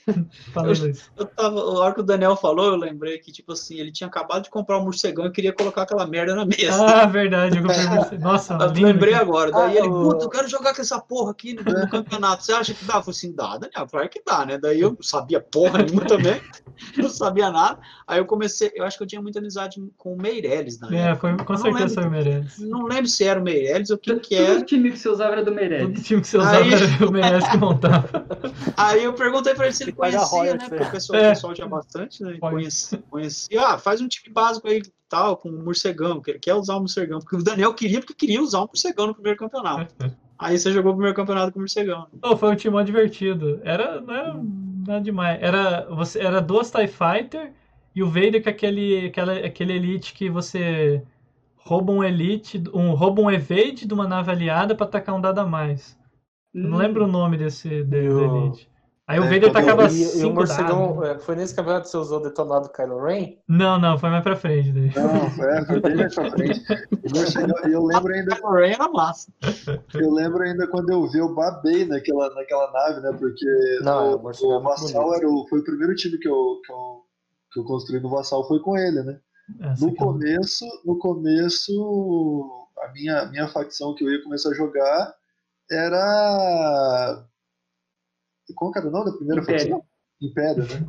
Falando isso. A hora que o Daniel falou, eu lembrei que, tipo assim, ele tinha acabado de comprar um morcegão e queria colocar aquela merda na mesa. Ah, verdade. Eu comprei você. Nossa, Eu lindo, lembrei cara. agora. Daí ele, puta, eu quero jogar com essa porra aqui no campeonato. Você acha que dá? Eu falei assim, dá, Daniel, claro que dá, né? Daí eu não sabia porra nenhuma também. Não sabia nada. Aí eu comecei, eu acho que eu tinha muita amizade com o Meirelles na época. Com certeza foi o Meirelles. Não lembro se era o Meirelles ou quem que Todo era. o time que você usava era do Todo Meirelles. time que você usava era o Meirelles que montava. Aí eu perguntei pra ele se ele conhecia, né? Porque o pessoal tinha bastante, né? Conhecia. Faz um time básico aí, tal, com um morcegão, que ele quer usar um morcegão. Porque o Daniel queria usar um morcegão no primeiro campeonato. Aí você jogou o primeiro campeonato com o morcegão. Foi um time divertido. Não era nada demais. Era 2 TIE Fighter e o Vader com aquele Elite que você rouba um evade de uma nave aliada pra atacar um dado a mais. Eu não lembro o nome do Elite. Aí o Vader tacava 5 E o morcegão, dados. foi nesse campeonato que você usou o detonado Kylo Ren? Não, foi mais pra frente. Daí. Não, foi bem mais pra frente. Eu lembro ainda. O Ren era massa. Eu lembro ainda quando eu vi, eu babei naquela nave, né? Porque o Vassal foi o primeiro time que eu construí no Vassal, foi com ele, né? No começo, a minha facção que eu ia começar a jogar era. Qual que era o nome da primeira facção? Império, né?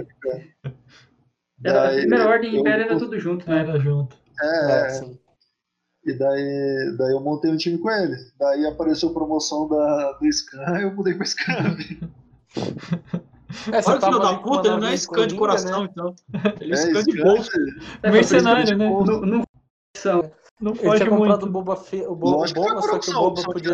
A primeira ordem e Império era tudo junto, né? Era junto. Sim. E daí eu montei um time com ele. Daí apareceu promoção do Scan, eu mudei pra Scan. Olha que filho da puta, ele não é Scan de coração, né? Então. Ele é Scan de bolso. Mercenário, né? Não foge tinha muito. O Boba, só que o Boba podia...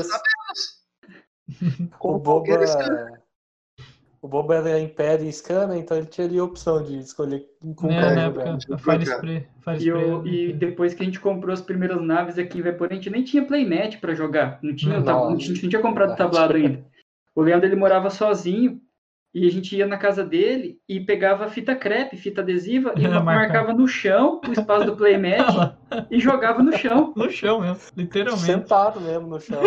O Boba era Império e Scan, né? Então ele tinha ali a opção de escolher com na época, a Fire Spray. E depois que a gente comprou as primeiras naves aqui em Vaporã, a gente nem tinha playmat pra jogar. Não tinha, a gente não tinha comprado o tablado ainda. O Leandro, ele morava sozinho e a gente ia na casa dele e pegava fita crepe, fita adesiva e marcava no chão o espaço do playmat e jogava no chão. No chão mesmo, literalmente. Sentado mesmo no chão.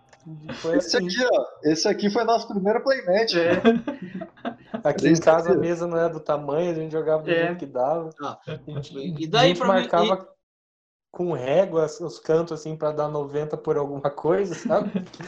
Esse aqui foi nosso primeiro playmat. Aqui em casa a mesa não era do tamanho, a gente jogava do jeito que dava. E daí a gente marcava com régua os cantos assim pra dar 90 por alguma coisa, sabe?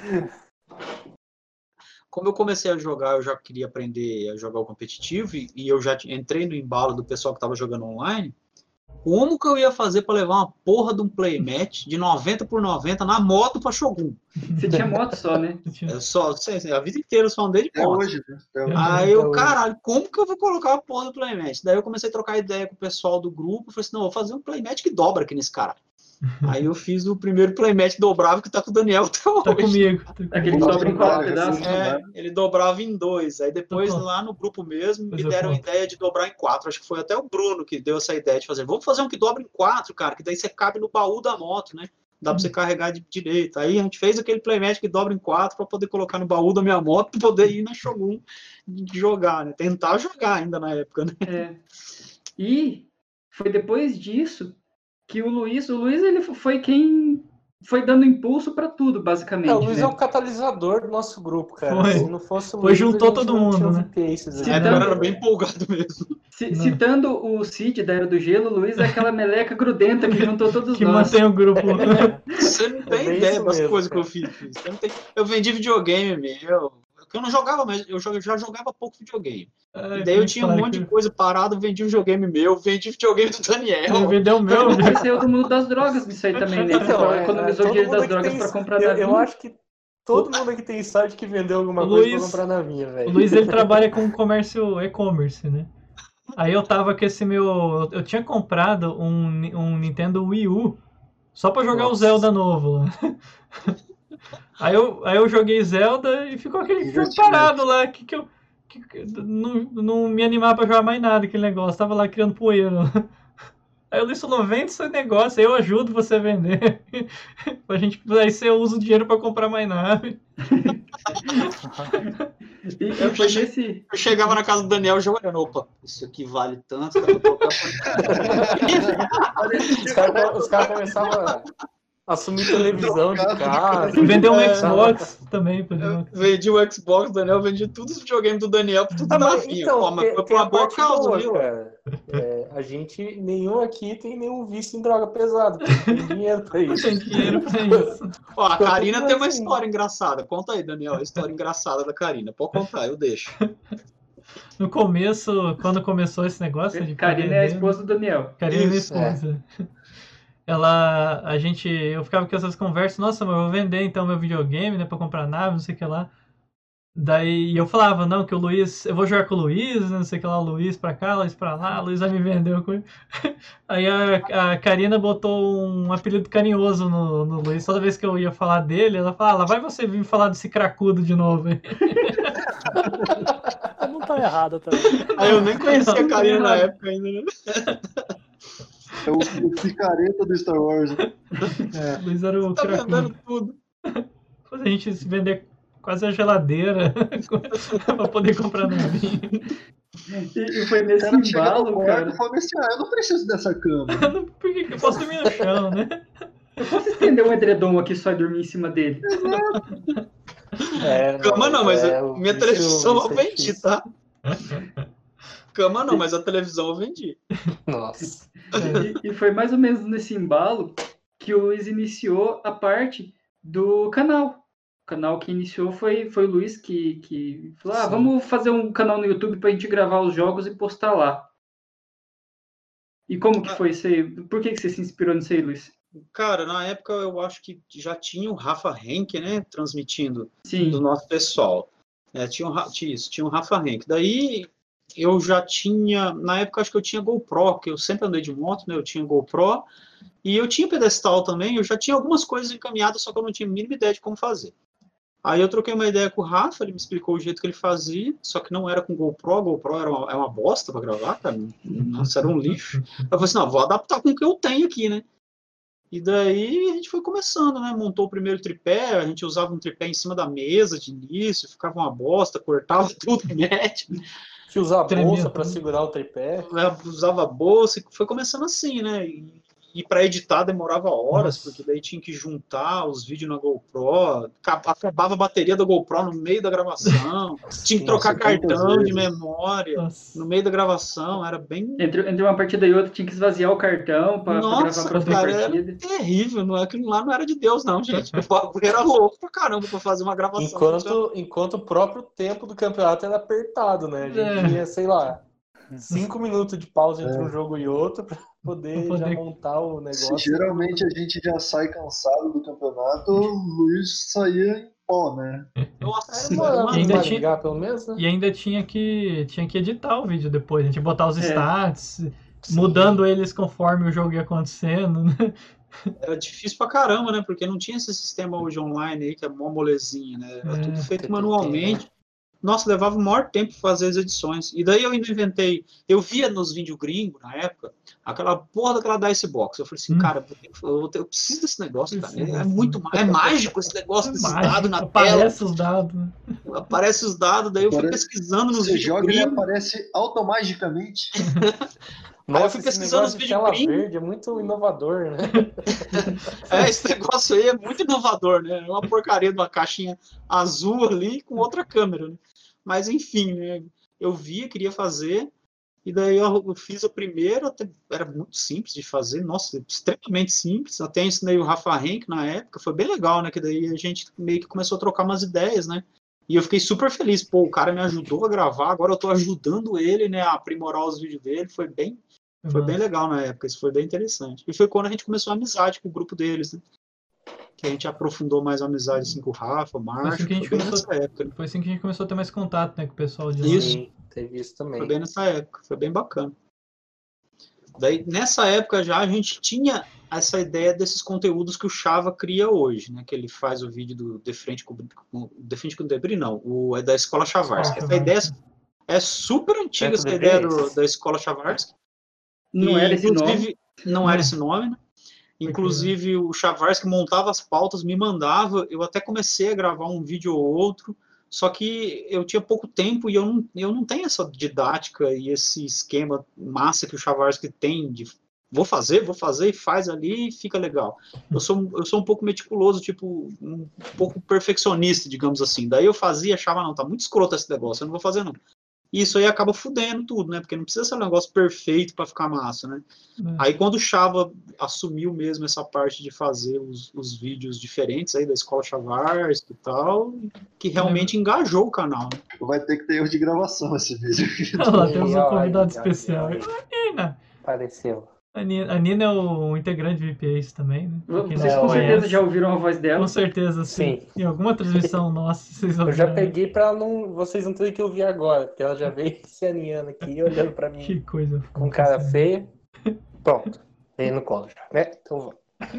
Como eu comecei a jogar, eu já queria aprender a jogar o competitivo e eu já entrei no embalo do pessoal que estava jogando online. Como que eu ia fazer para levar uma porra de um playmat de 90 por 90 na moto para Shogun? Você tinha moto só, né? A vida inteira eu só andei de moto. Hoje, né? Aí eu, caralho, como que eu vou colocar a porra do playmat? Daí eu comecei a trocar ideia com o pessoal do grupo. Falei assim, não, vou fazer um playmat que dobra aqui nesse cara. Aí eu fiz o primeiro playmat dobrável que tá com o Daniel até hoje. Tá comigo. Aquele dobra em 4 pedaços. Ele dobrava em 2. Aí depois lá no grupo mesmo me deram a ideia de dobrar em 4. Acho que foi até o Bruno que deu essa ideia de fazer. Vamos fazer um que dobra em 4, cara, que daí você cabe no baú da moto, né? Dá pra você carregar de direito. Aí a gente fez aquele playmat que dobra em 4 para poder colocar no baú da minha moto e poder ir na Shogun jogar, né? Tentar jogar ainda na época, né? E foi depois disso que o Luiz ele foi quem foi dando impulso para tudo, basicamente. O Luiz é o catalisador do nosso grupo, cara. Foi. Se não fosse o Luiz, juntou todo mundo, né? Era bem empolgado mesmo. Citando o Cid da Era do Gelo, o Luiz é aquela meleca grudenta que juntou todos que nós. Que mantém o grupo. Você não tem ideia das coisas que eu fiz. Eu vendi videogame meu. Eu não jogava, mas eu já jogava pouco videogame. E daí eu tinha um monte de coisa parada, vendi um videogame meu, vendi videogame do Daniel. Vendeu o meu. Você saiu do mundo das drogas disso aí também, né? Economizou dinheiro das drogas pra comprar na Eu acho que todo mundo aqui tem site que vendeu alguma coisa pra comprar na minha, velho. O Luiz, ele trabalha com comércio e-commerce, né? Aí eu tava com esse meu... Eu tinha comprado um Nintendo Wii U só pra jogar o Zelda novo lá. Aí eu joguei Zelda e ficou aquele jogo parado lá, que eu não me animava pra jogar mais nada, aquele negócio, tava lá criando poeira. Aí o Luiz falou, vende esse negócio, aí eu ajudo você a vender. Aí você usa o dinheiro pra comprar mais nave. Eu chegava na casa do Daniel jogando, opa, isso aqui vale tanto, Os caras começavam Assumir televisão de casa. Vendeu um Xbox também pra Dinox. Vendi o Xbox do Daniel, vendi todos os videogames do Daniel pra tudo na vinha. Então, Pô, mas foi por uma boa causa, viu? cara. A gente, nenhum aqui tem nenhum vício em droga pesada. Tem dinheiro pra isso. Tem dinheiro pra isso. Ó, a Karina tem uma assim. história engraçada. Conta aí, Daniel, a história engraçada da Karina. Pode contar, eu deixo. No começo, quando começou esse negócio de Karina é a esposa do Daniel. Karina é minha Isso, esposa. Eu ficava com essas conversas, nossa, mas eu vou vender então meu videogame, né, pra comprar nave, não sei o que lá. Daí eu falava, não, que o Luiz, eu vou jogar com o Luiz, não sei o que lá, o Luiz pra cá, o Luiz pra lá, o Luiz vai me vender. Aí a Karina botou um apelido carinhoso no Luiz, toda vez que eu ia falar dele, ela falava, lá vai você vir falar desse cracudo de novo, hein? Não tá errado também. Aí eu nem conhecia a Karina na época ainda, né? É o picareta do Star Wars. O Luiz era o Tá cracudo. vendendo tudo. Fazer a gente se vender quase a geladeira pra poder comprar novinho. E foi O nesse cara chega no embalo, quarto cara. e fala assim, eu não preciso dessa cama. Por que eu posso dormir no chão, né? Eu posso estender um edredom aqui só e dormir em cima dele. Cama não, mas minha televisão eu é vendi, difícil. tá? Cama não, mas a televisão eu vendi. Nossa. E foi mais ou menos nesse embalo que o Luiz iniciou a parte do canal. O canal que iniciou foi o Luiz que falou, Sim. vamos fazer um canal no YouTube pra gente gravar os jogos e postar lá. E como que foi isso aí? Por que você se inspirou nisso aí, Luiz? Cara, na época eu acho que já tinha o Rafa Henk, né, transmitindo do Sim, nosso pessoal. Tinha o Rafa Henk. Daí eu já tinha, na época acho que eu tinha GoPro, porque eu sempre andei de moto, né, eu tinha GoPro, e eu tinha pedestal também, eu já tinha algumas coisas encaminhadas, só que eu não tinha a mínima ideia de como fazer. Aí eu troquei uma ideia com o Rafa, ele me explicou o jeito que ele fazia, só que não era com GoPro, a GoPro é uma bosta pra gravar, cara, nossa, era um lixo. Eu falei assim, não, vou adaptar com o que eu tenho aqui, né. E daí a gente foi começando, né? Montou o primeiro tripé, a gente usava um tripé em cima da mesa de início, ficava uma bosta, cortava tudo net, Que usar a Tremia bolsa pra tudo. segurar o tripé. usava a bolsa, e foi começando assim, né? E para editar demorava horas, Nossa. porque daí tinha que juntar os vídeos na GoPro, acabava a bateria da GoPro no meio da gravação, tinha que trocar Nossa, quantas cartão de vezes? memória Nossa. no meio da gravação, era bem... entre uma partida e outra tinha que esvaziar o cartão pra gravar a Nossa, próxima cara, partida. era terrível, não é, aquilo lá não era de Deus não, gente, o bagulho era louco pra caramba pra fazer uma gravação. Enquanto o próprio tempo do campeonato era apertado, né? A gente tinha, sei lá, 5 minutos de pausa entre um jogo e outro pra poder já montar o Se negócio. geralmente a gente já sai cansado do campeonato, o Luiz saía em pó, né? Nossa, Demorava E ainda pra tinha- ligar, pelo menos, né? E ainda tinha que editar o vídeo depois, a gente botar os É. stats, Sim. mudando eles conforme o jogo ia acontecendo, né? era difícil pra caramba, né? Porque não tinha esse sistema hoje online aí, que é mó molezinha, né? Era tudo feito TTT, manualmente. Nossa, levava o maior tempo pra fazer as edições. E daí eu ainda inventei. Eu via nos vídeos gringos, na época, aquela porra daquela Dicebox. Eu falei assim, cara, eu preciso desse negócio, cara. É muito mágico esse negócio, desses dados na tela. Aparece os dados, né? Aparece os dados, daí eu fui Parece- pesquisando nos Você vídeos joga e ele gringos. aparece automaticamente. Aí eu Nossa, fui esse pesquisando negócio os de vídeos tela gringos. verde é muito inovador, né? Esse negócio aí é muito inovador, né? É uma porcaria de uma caixinha azul ali com outra câmera, né? Mas enfim, né? Eu via, queria fazer, e daí eu fiz a primeira, era muito simples de fazer, nossa, extremamente simples. Até ensinei o Rafa Henk na época, foi bem legal, né? Que daí a gente meio que começou a trocar umas ideias, né? E eu fiquei super feliz, pô, o cara me ajudou a gravar, agora eu tô ajudando ele, né, a aprimorar os vídeos dele, foi bem legal na época, isso foi bem interessante. E foi quando a gente começou a amizade com o grupo deles, né? Que a gente aprofundou mais a amizade assim, com o Rafa, o Márcio, que a gente foi bem começou- nessa época. Né? Foi assim que a gente começou a ter mais contato, né, com o pessoal de lá. Isso. Sim, teve isso também. Foi bem nessa época, foi bem bacana. Daí, nessa época já a gente tinha essa ideia desses conteúdos que o Chava cria hoje, né? Que ele faz o vídeo do De Frente com o Debris, não, é da Escola Chavarsky. Essa ideia é super antiga, essa ideia da Escola Chavarsky. Não era esse nome. Inclusive, não era esse nome, né? Inclusive, o Chavarsky montava as pautas, me mandava, eu até comecei a gravar um vídeo ou outro, só que eu tinha pouco tempo e eu não tenho essa didática e esse esquema massa que o Chavarsky tem de vou fazer e faz ali e fica legal. Eu sou um pouco meticuloso, tipo, um pouco perfeccionista, digamos assim. Daí eu fazia, achava, não, tá muito escroto esse negócio, eu não vou fazer não. E isso aí acaba fudendo tudo, né? Porque não precisa ser um negócio perfeito para ficar massa, né? Aí quando o Chava assumiu mesmo essa parte de fazer os vídeos diferentes aí da Escola Chavarsk e tal, que realmente engajou o canal. Né? Vai ter que ter erro de gravação esse vídeo. Lá temos um convidado especial. Nina! Apareceu. A Nina é o integrante do VPAs também, né? Vocês com certeza já ouviram a voz dela. Com certeza, sim. Em alguma transmissão nossa, vocês ouviram. Eu já peguei pra vocês não terem que ouvir agora, porque ela já veio se aninhando aqui, olhando pra mim. Que coisa. Com cara feia. Pronto. Veio no colo já, né? Então vamos.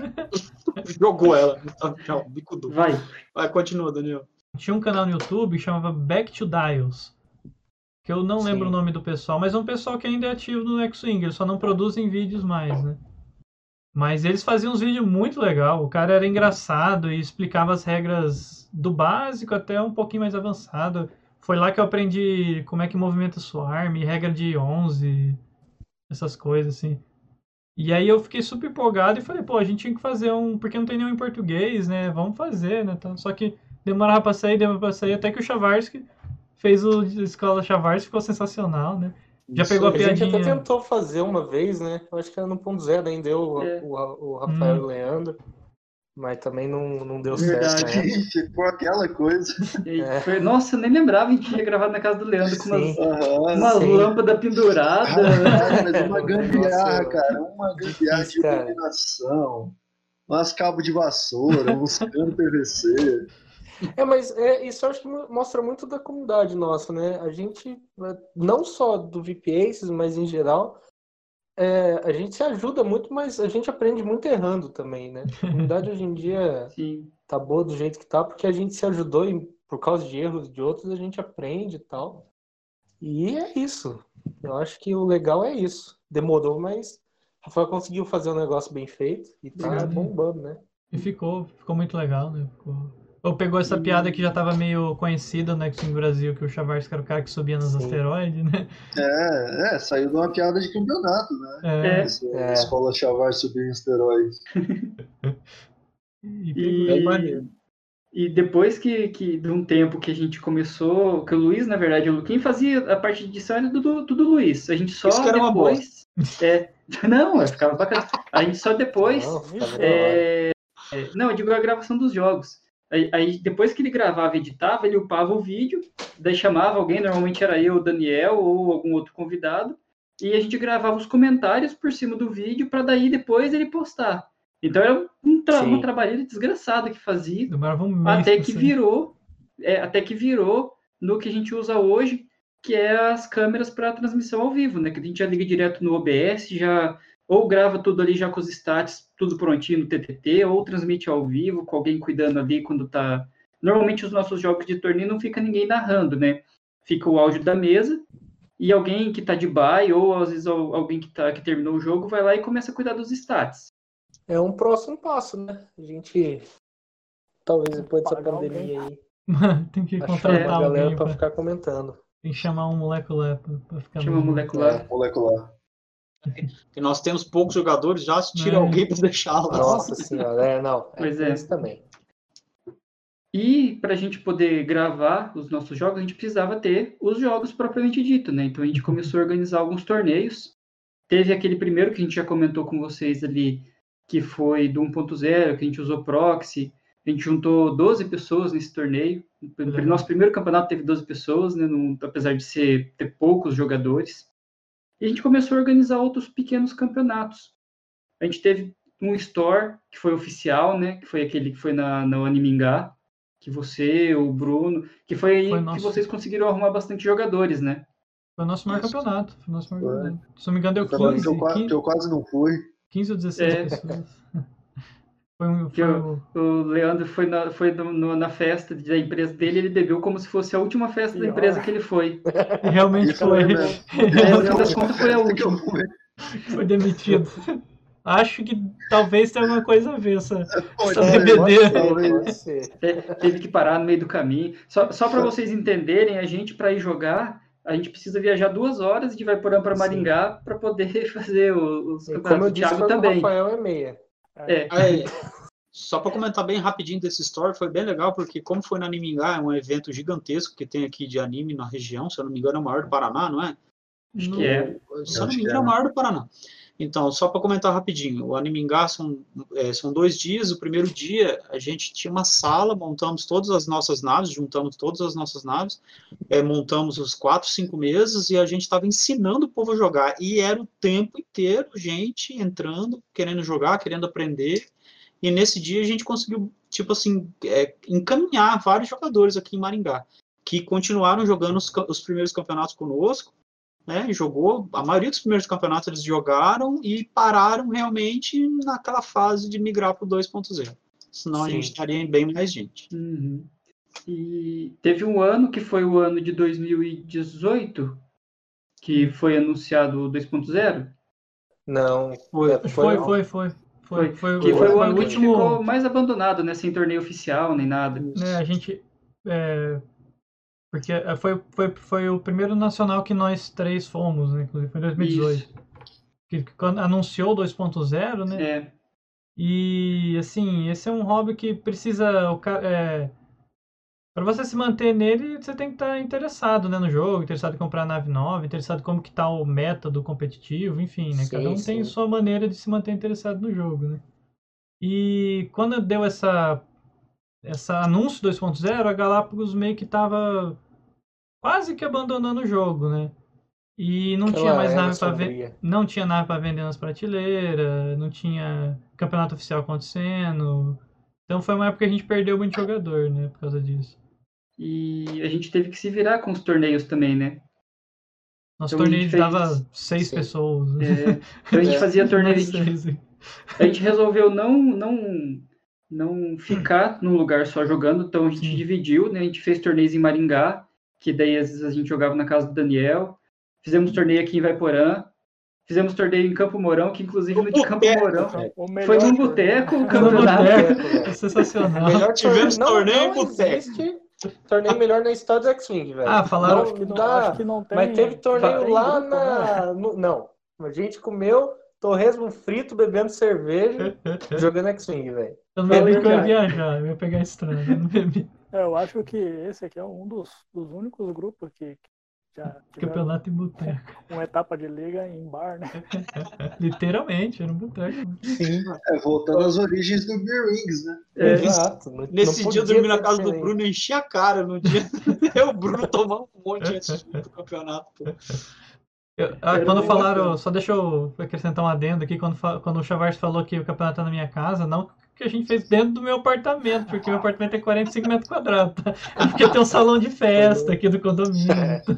Jogou ela. Tchau, bico duro. Vai, continua, Daniel. Tinha um canal no YouTube que chamava Back to Dials. Que eu não lembro o nome do pessoal, mas é um pessoal que ainda é ativo no X-Wing, eles só não produzem vídeos mais, né? Mas eles faziam uns vídeos muito legal, o cara era engraçado e explicava as regras do básico até um pouquinho mais avançado. Foi lá que eu aprendi como é que movimenta Swarm, regra de 11, essas coisas assim. E aí eu fiquei super empolgado e falei, pô, a gente tinha que fazer porque não tem nenhum em português, né? Vamos fazer, né? Só que demorava pra sair, até que o Chavarsk fez o Escola Chavarsk, ficou sensacional, né? Já pegou a piadinha. A gente até tentou fazer uma vez, né? Eu acho que era no 1.0, ainda deu o Rafael e o Leandro. Mas também não deu certo, né? Ficou aquela coisa. Nossa, eu nem lembrava, a gente tinha gravado na casa do Leandro com uma lâmpada pendurada. Mas uma gambiarra, cara. Uma gambiarra de iluminação. Umas cabos de vassoura, uns canos PVC. Mas isso eu acho que mostra muito da comunidade nossa, né? A gente, não só do VPAces, mas em geral, a gente se ajuda muito, mas a gente aprende muito errando também, né? A comunidade hoje em dia tá boa do jeito que tá, porque a gente se ajudou e por causa de erros de outros a gente aprende e tal. E é isso. Eu acho que o legal é isso. Demorou, mas o Rafael conseguiu fazer um negócio bem feito e tá bombando, né? E ficou muito legal, né? Ou pegou essa piada que já estava meio conhecida no X-Wing Brasil, que o Chavarsk era o cara que subia nos asteroides, né? Saiu de uma piada de campeonato, né? Escola Chavarsk subir em asteroides. E depois que de um tempo que a gente começou, que o Luiz, na verdade, quem fazia a parte de edição era tudo Luiz. A gente só isso era depois... Não, ficava bacana. A gente só depois... Não, eu digo a gravação dos jogos. Aí, depois que ele gravava e editava, ele upava o vídeo, daí chamava alguém, normalmente era eu, o Daniel, ou algum outro convidado, e a gente gravava os comentários por cima do vídeo, para daí depois ele postar. Então era uma trabalheira desgraçada que fazia, até que virou no que a gente usa hoje, que é as câmeras para transmissão ao vivo, né? Que a gente já liga direto no OBS, ou grava tudo ali já com os stats, tudo prontinho no TTT, ou transmite ao vivo, com alguém cuidando ali quando tá... Normalmente os nossos jogos de torneio não fica ninguém narrando, né? Fica o áudio da mesa, e alguém que tá de bye, ou às vezes alguém que terminou o jogo, vai lá e começa a cuidar dos stats. É um próximo passo, né? A gente, talvez depois dessa pandemia aí, tem que contratar uma galera pra ficar comentando. Tem que chamar um molecular pra ficar... Chama molecular. E nós temos poucos jogadores, já se tira alguém para deixar lá. Nossa senhora, Pois é. Isso também. E para a gente poder gravar os nossos jogos, a gente precisava ter os jogos propriamente dito, né? Então a gente começou a organizar alguns torneios. Teve aquele primeiro que a gente já comentou com vocês ali, que foi do 1.0, que a gente usou proxy. A gente juntou 12 pessoas nesse torneio. O nosso primeiro campeonato teve 12 pessoas, né? Apesar de ter poucos jogadores. E a gente começou a organizar outros pequenos campeonatos. A gente teve um store, que foi oficial, né? Que foi aquele que foi no Animingá, que você, o Bruno, que foi aí que vocês conseguiram arrumar bastante jogadores, né? Foi o nosso maior campeonato. Se não me engano, deu 15. Eu quase não fui. 15 ou 16 pessoas. O Leandro foi na festa da empresa dele, ele bebeu como se fosse a última festa da empresa que ele foi. Realmente foi. No final das contas foi a última. Foi demitido. Acho que talvez tenha alguma coisa a ver essa bebedeira. Teve que parar no meio do caminho. Só para vocês entenderem, a gente, para ir jogar, a gente precisa viajar 2 horas de Ivaiporã para Maringá para poder fazer os E como campeonatos. eu O disse, Thiago foi com o também. Rafael é meia. É. Só para comentar bem rapidinho desse story, foi bem legal, porque como foi na Animingá, é um evento gigantesco que tem aqui de anime na região, se eu não me engano é o maior do Paraná, não é? Acho que é. Se eu não me engano é o maior do Paraná. Então, só para comentar rapidinho, o Animingá são 2 dias. O primeiro dia a gente tinha uma sala, montamos todas as nossas naves, juntamos todas as nossas naves, montamos os 4, 5 mesas e a gente estava ensinando o povo a jogar. E era o tempo inteiro gente entrando, querendo jogar, querendo aprender. E nesse dia a gente conseguiu, tipo assim, encaminhar vários jogadores aqui em Maringá, que continuaram jogando os primeiros campeonatos conosco, né, jogou, a maioria dos primeiros campeonatos eles jogaram e pararam realmente naquela fase de migrar para o 2.0. Senão a gente estaria em bem mais gente. Uhum. E teve um ano que foi o ano de 2018, que foi anunciado o 2.0. Não, Foi. Que foi o ano que a gente ficou mais abandonado, né? Sem torneio oficial, nem nada. A gente... Porque foi o primeiro nacional que nós 3 fomos, né? Inclusive foi em 2018. Isso. Que quando anunciou o 2.0, né? É. E, assim, esse é um hobby que precisa... Para você se manter nele, você tem que estar interessado, né, no jogo, interessado em comprar nave nova, interessado em como que tá o método competitivo, enfim, né? Cada um tem sua maneira de se manter interessado no jogo, né? E quando deu essa anúncio 2.0, a Galápagos meio que estava quase que abandonando o jogo, né? E não tinha mais nave para vender, não tinha nave para vender nas prateleiras, não tinha campeonato oficial acontecendo. Então foi uma época que a gente perdeu muito jogador, né, por causa disso. E a gente teve que se virar com os torneios também, né? Nosso torneio dava 6 pessoas. Então a gente fazia torneio. A gente resolveu não ficar num lugar só jogando, então a gente dividiu, né? A gente fez torneios em Maringá, que daí às vezes a gente jogava na casa do Daniel. Fizemos torneio aqui em Ivaiporã. Fizemos torneio em Campo Mourão, que inclusive no de Campo Mourão foi num boteco o campeonato. É sensacional. Tivemos torneio em boteco. Torneio melhor na história do X-Wing, velho. Falaram acho que não tem. Mas teve torneio lá não. A gente comeu torresmo frito, bebendo cerveja, jogando X-Wing, velho. Eu não bebi que eu ia viajar, eu ia pegar a estrada, eu não bebi. Eu acho que esse aqui é um dos únicos grupos que já campeonato em boteco. Uma etapa de liga em bar, né? Literalmente, era um boteco. Sim. Voltando às origens do Beer Wings, né? Exato. Nesse dia eu dormi na casa do Bruno e enchi a cara no dia. O Bruno tomou um monte antes do campeonato. Pô. Quando falaram, só deixa eu acrescentar um adendo aqui, quando o Chavars falou que o campeonato tá na minha casa, não que a gente fez dentro do meu apartamento, porque meu apartamento é 45 metros quadrados, tá? É porque tem um salão de festa aqui do condomínio.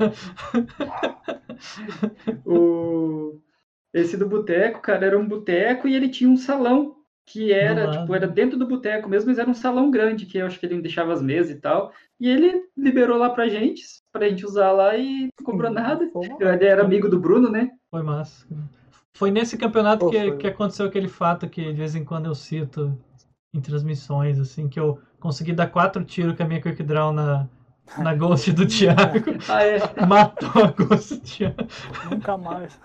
Esse do boteco, cara, era um boteco e ele tinha um salão que era, era dentro do boteco mesmo, mas era um salão grande, que eu acho que ele deixava as mesas e tal, e ele liberou lá pra gente usar lá e não cobrou nada. Ele era amigo do Bruno, né? Foi massa. Foi nesse campeonato que aconteceu aquele fato que de vez em quando eu cito em transmissões, assim, que eu consegui dar 4 tiros com a minha Quick Draw na Ghost do Thiago. Matou a Ghost do Thiago. Nunca mais.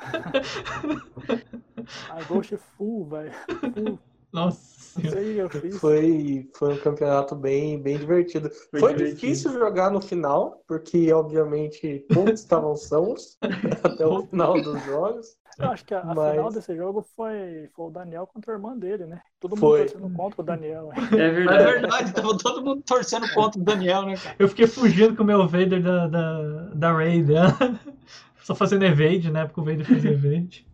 A Ghost full, velho. Nossa. Foi um campeonato bem divertido. Foi difícil jogar no final, porque obviamente todos estavam sãos até o final dos jogos. Eu acho que a final desse jogo foi o Daniel contra a irmã dele, né? Todo mundo torcendo contra o Daniel. É verdade. É verdade, tava todo mundo torcendo contra o Daniel, né, cara? Eu fiquei fugindo com o meu Vader da Raid, né? Só fazendo evade, né? Porque o Vader fazia evade.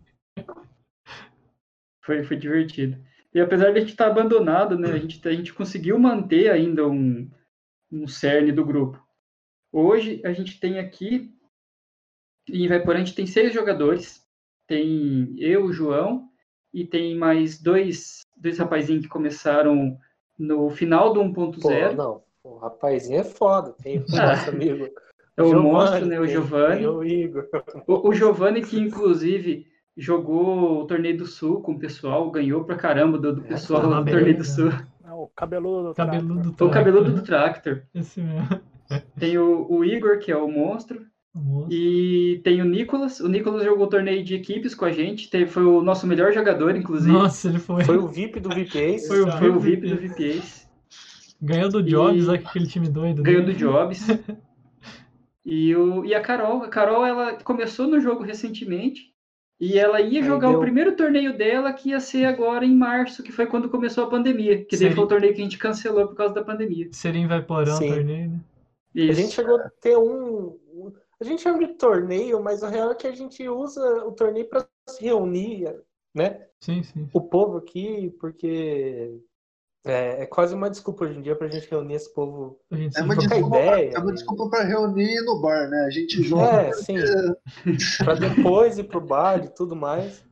Foi divertido. E apesar de a gente estar abandonado, né? A gente conseguiu manter ainda um cerne do grupo. Hoje a gente tem aqui, em Ivaiporã, a gente tem 6 jogadores. Tem eu, o João, e tem mais dois rapazinhos que começaram no final do 1.0. Não, o rapazinho é foda. Tem o nosso amigo. É o monstro, né? O Giovanni. Tem o Igor. O Giovanni, que inclusive jogou o Torneio do Sul com o pessoal, ganhou pra caramba do pessoal do Torneio do Sul. O cabeludo do Tractor. O cabeludo do Tractor. Esse mesmo. Tem o Igor, que é o monstro. Famoso. E tem o Nicolas. O Nicolas jogou o torneio de equipes com a gente. Foi o nosso melhor jogador, inclusive. Nossa, ele foi. Foi o VIP do VPAs. Foi o Foi o VIP do VPAs. Ganhou do E- Jobs, olha que aquele time doido. Ganhou né? do Jobs. E a Carol. A Carol, ela começou no jogo recentemente. E ela ia Aí jogar deu- o primeiro torneio dela, que ia ser agora em março, que foi quando começou a pandemia. Que daí Seria- foi o torneio que a gente cancelou por causa da pandemia. Seria em Vaiporão o Sim. torneio, né? A Isso. gente chegou a ter a gente chama de torneio, mas a real é que a gente usa o torneio para se reunir, né? Sim, sim. O povo aqui, porque é quase uma desculpa hoje em dia pra gente reunir esse povo. A gente É se uma junta. desculpa. ideia, é uma né? desculpa pra reunir no bar, né? A gente joga. Sim. Pra depois ir pro bar e tudo mais.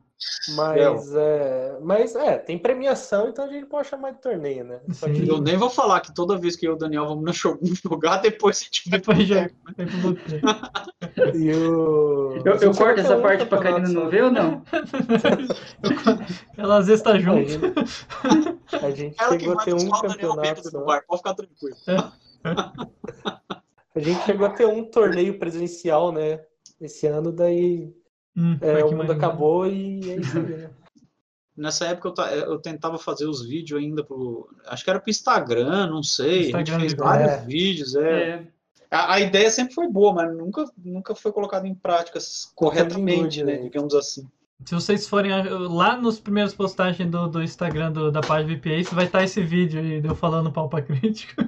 Mas tem premiação, então a gente pode chamar de torneio, né? Só Sim. que Eu nem vou falar que toda vez que eu e o Daniel vamos jogar, depois a gente vai Depois já vai pro boteco. e o... a Eu gente corto vai ter essa um parte pra campeonato Karina não só. ver ou não? Ela às vezes tá junto. A gente Ela que chegou a vai ter um buscar o Daniel campeonato bêbado só. no bar, pode ficar tranquilo. A gente chegou a ter um torneio presencial, né? Esse ano, daí Foi o que mundo maneiro. acabou e é isso aí, né? Nessa época eu tentava fazer os vídeos ainda acho que era pro Instagram, não sei. Instagram a gente fez de vários vídeo. vídeos. É. A ideia sempre foi boa, mas nunca foi colocada em prática corretamente, né? direito. Digamos assim. Se vocês forem lá nos primeiros postagens do Instagram da página VPA, vai estar esse vídeo aí de eu falando pau pra crítico.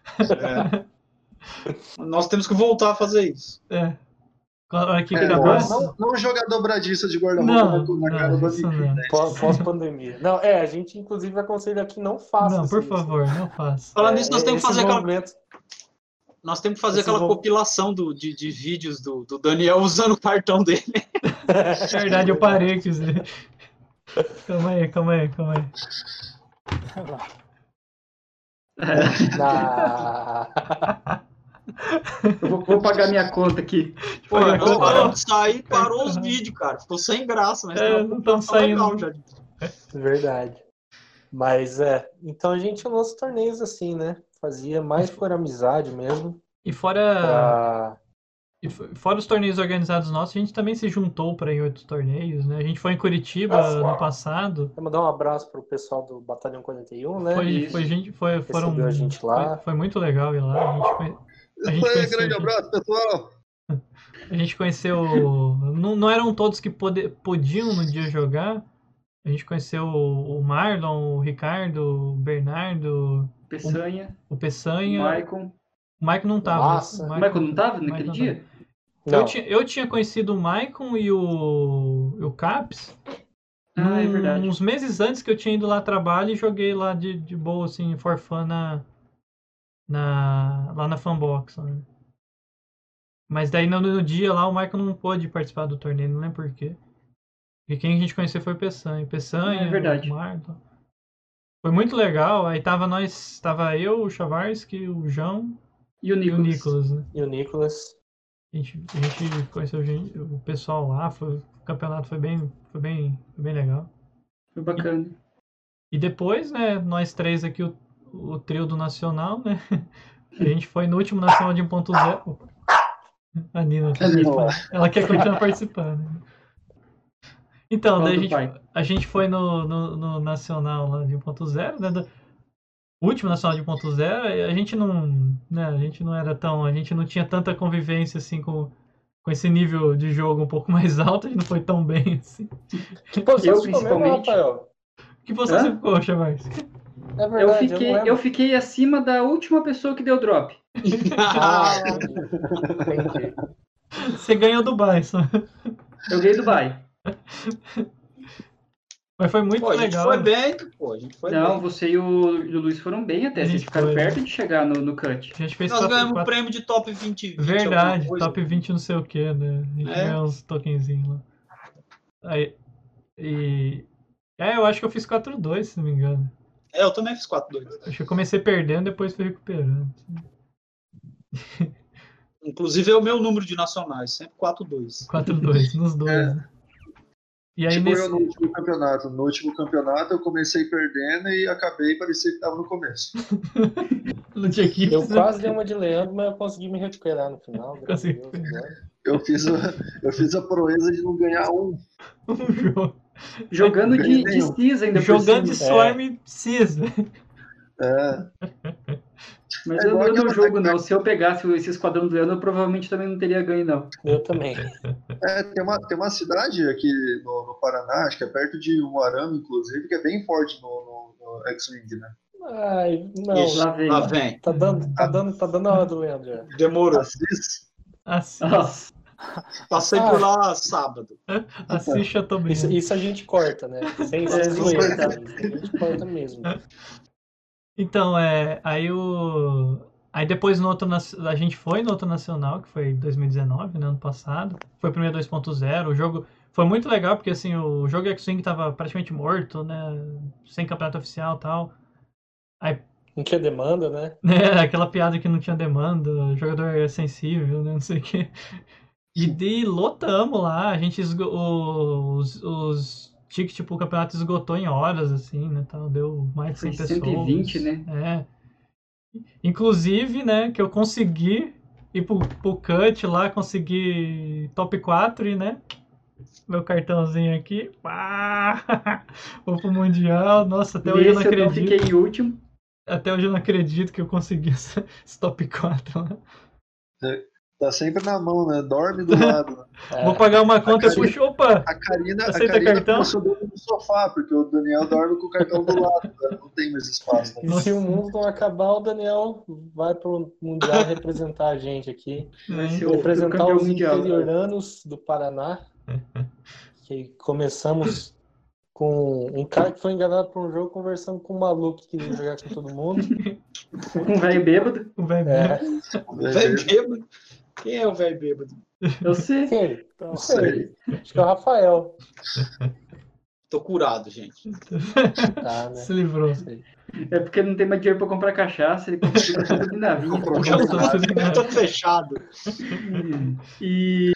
Nós temos que voltar a fazer isso. Aqui que É, acabar. Não jogar dobradiça de guarda-roupa na cara Não, do isso amigo. não. Né? Pós-pandemia. Não, a gente inclusive aconselha que não faça Não, por isso. favor, não faça. Falando nisso, nós temos que fazer Esse aquela compilação de vídeos do Daniel usando o cartão dele. É verdade, eu parei, quer dizer. Calma aí. Eu vou pagar minha conta aqui. Pô, Olha, nós agora- paramos de sair, parou os vídeos, cara. Ficou sem graça, mas Não estão saindo. legal já. Verdade. Mas então a gente nos torneios assim, né? Fazia mais por amizade mesmo. E fora, Pra... fora os torneios organizados nossos, a gente também se juntou para ir em outros torneios, né? A gente foi em Curitiba no passado. Vou mandar um abraço pro pessoal do Batalhão 41, né? Foram a gente lá. Foi muito legal ir lá. A gente Foi, conheceu grande abraço, pessoal. A gente conheceu. Não eram todos que podiam no dia jogar. A gente conheceu o Marlon, o Ricardo, o Bernardo, Peçanha, o Peçanha. Maicon. O Maicon não tava. Nossa. O Maicon não tava naquele Maicon não dia? Não. Eu tinha conhecido o Maicon e o Caps É verdade. uns meses antes que eu tinha ido lá a trabalho e joguei lá de boa, assim, for fun lá na Fanbox. Né? Mas daí no dia lá o Maicon não pôde participar do torneio, não lembro por quê. E quem a gente conheceu foi o Peçanha. É verdade. O Marlon. Foi muito legal. Aí tava eu, o Chavarsky, o João E o e o Nicolas. Nicolas, né? E o Nicolas. A gente conheceu o pessoal lá, o campeonato foi bem legal. Foi bacana. E depois, né, nós três aqui, o trio do Nacional, né? A gente foi no último Nacional de 1.0. A Nina, ela quer continuar participando. Né? Então, daí a gente foi no Nacional lá de 1.0, né? O último Nacional de 1.0, a gente não era tão, a gente não tinha tanta convivência assim com esse nível de jogo um pouco mais alto, a gente não foi tão bem assim. Que posição Eu, você ficou mesmo, principalmente. Rafael? Que você ficou, Chamais? É verdade, Eu fiquei acima da última pessoa que deu drop. Entendi. Você ganhou Dubai, só. Eu ganhei Dubai. Mas foi muito Pô, a gente legal. foi bem, pô. A gente foi Não, bem. você e o Luiz foram bem até. A Vocês gente ficaram foi. perto de chegar no cut. A gente fez Nós top ganhamos um 4. prêmio de top 20. Verdade, alguma coisa. top 20 não sei o que, né? A gente ganhou uns tokenzinhos lá. Aí, eu acho que eu fiz 4-2, se não me engano. Eu também fiz 4-2. Acho que eu comecei perdendo, depois fui recuperando. Inclusive é o meu número de nacionais, sempre 4-2. 4-2, nos dois. Né? E aí Tipo nesse... eu no último campeonato. No último campeonato eu comecei perdendo e acabei, parecia que estava no começo. não tinha que Eu quase dei uma de Leandro, mas eu consegui me recuperar no final. Graças a Consegui. Deus, agora. Eu fiz a proeza de não ganhar um. Um jogo. Jogando de Nenhum. CIS ainda por Jogando de cima. Swarm CIS. É, Mas É eu, igual eu não aquela- jogo, não. Se eu pegasse esse esquadrão do Leandro, eu provavelmente também não teria ganho, não. Eu também. tem uma cidade aqui no Paraná, acho que é perto de Umuarama, inclusive, que é bem forte no X-Wing, né? Ai, não. Ixi, Lá vem. lá vem. Tá dando a hora do Leandro já. Demorou. Assis, Assim, Nossa, Passei por lá sábado. assim Chateaubriand. Isso a gente corta, né? Sem É, vamos zoeira. cortar. Isso a gente corta mesmo. Então, aí depois a gente foi no outro nacional, que foi em 2019, né, ano passado. Foi o primeiro 2.0. O jogo foi muito legal, porque assim, o jogo X-Wing tava praticamente morto, né? Sem campeonato oficial e tal. Aí, Não tinha demanda, né? né, aquela piada que não tinha demanda, o jogador é sensível, né? Não sei o quê. E lotamos lá, a gente os tickets pro campeonato esgotou em horas, assim, né? Tal, deu mais de 100 foi pessoas. 120, né? É. Inclusive, né, que eu consegui ir pro cut lá, consegui top 4 e, né, meu cartãozinho aqui, pá, vou pro Mundial. Nossa, até hoje eu não Nesse eu não acredito. fiquei em último. Até hoje eu não acredito que eu consegui esse top 4 lá. tá sempre na mão, né? Dorme do lado. Né? Vou pagar uma conta e Karina- puxo, opa, A Karina Aceita cartão? começou a dormir no sofá, porque o Daniel dorme com o cartão do lado, né? Não tem mais espaço. Né? E se o mundo não acabar, o Daniel vai pro Mundial representar a gente aqui. Vai né? ser o Representar campeão os mundial. interioranos do Paraná. Que começamos com um cara que foi enganado por um jogo conversando com um maluco que queria jogar com todo mundo. Com um velho bêbado. O velho É, Velho bêbado. Quem é o velho bêbado? Eu sei. quem? Então, Não sei. Acho que é o Rafael. Tô curado, gente. Tá, né? se livrou. Não sei. É porque não tem mais dinheiro pra comprar cachaça, ele comprou tudo de navio. Comprou Comprou Tô fechado. E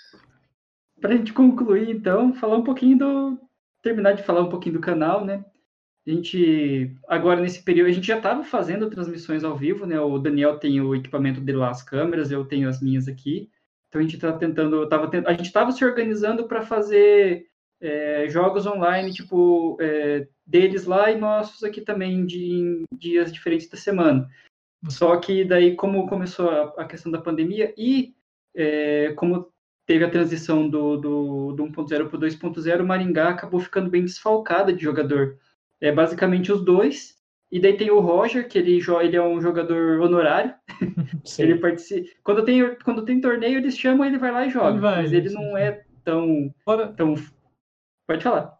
pra gente concluir, então, falar um pouquinho terminar de falar um pouquinho do canal, né? A gente, agora nesse período, a gente já estava fazendo transmissões ao vivo, né? O Daniel tem o equipamento dele lá, as câmeras, eu tenho as minhas aqui. Então a gente está tentando, a gente estava se organizando para fazer jogos online, tipo, deles lá e nossos aqui também, em dias diferentes da semana. Só que daí, como começou a questão da pandemia e como teve a transição do 1.0 para o 2.0, o Maringá acabou ficando bem desfalcada de jogador. É basicamente os dois. E daí tem o Roger, que ele é um jogador honorário. Sim. Ele participa. Quando tem torneio, eles chamam, ele vai lá e joga. Ele vai, mas ele sim, não sim. é tão. Fora, Pode falar.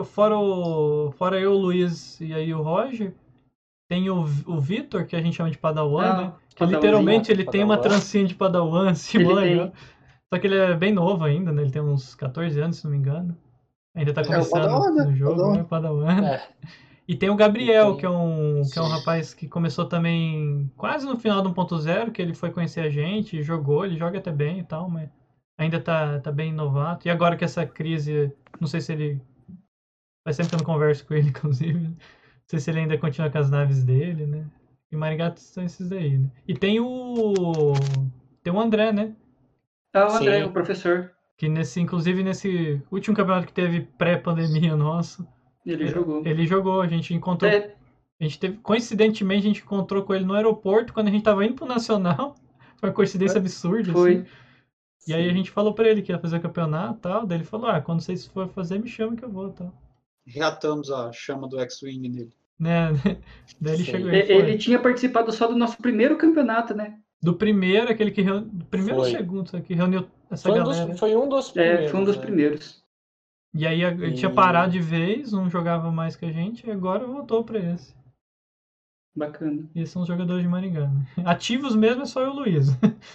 fora eu, o Luiz e aí o Roger, tem o Vitor, que a gente chama de Padawan, né? Que Padawanzinho. literalmente ele tem uma Padawan. trancinha de Padawan, assim, Ele mó tem. legal. Só que ele é bem novo ainda, né? Ele tem uns 14 anos, se não me engano. Ainda tá o começando Padawan, né? no jogo, Padawan. né? Padawan. É. E tem o Gabriel, E tem- que é um Sim. rapaz que começou também quase no final do 1.0, que ele foi conhecer a gente, jogou, ele joga até bem e tal, mas ainda tá bem novato. E agora que essa crise, não sei se ele... Faz sempre que eu não converso com ele, inclusive. Não sei se ele ainda continua com as naves dele, né? E Maringá são esses daí, né? E tem o André, né? O André, Sim. o professor. Que inclusive nesse último campeonato que teve pré-pandemia nosso, Ele jogou. ele jogou, a gente encontrou... A gente coincidentemente, a gente encontrou com ele no aeroporto quando a gente tava indo pro Nacional. Foi uma coincidência absurda, Foi. assim. E aí a gente falou pra ele que ia fazer o campeonato e tal. Daí ele falou, quando vocês for fazer, me chama que eu vou, tal. Reatamos a chama do X-Wing nele. Né? Daí ele Sim. chegou Ele tinha participado só do nosso primeiro campeonato, né? do primeiro, aquele que reuniu... Do primeiro ou Foi. segundo, só que reuniu essa Foi galera. um dos primeiros. Foi um dos né? primeiros. E aí ele tinha parado de vez, não jogava mais que a gente, e agora voltou pra esse. Bacana. E esses são os jogadores de Maringá, né? Ativos mesmo é só eu e o Luiz.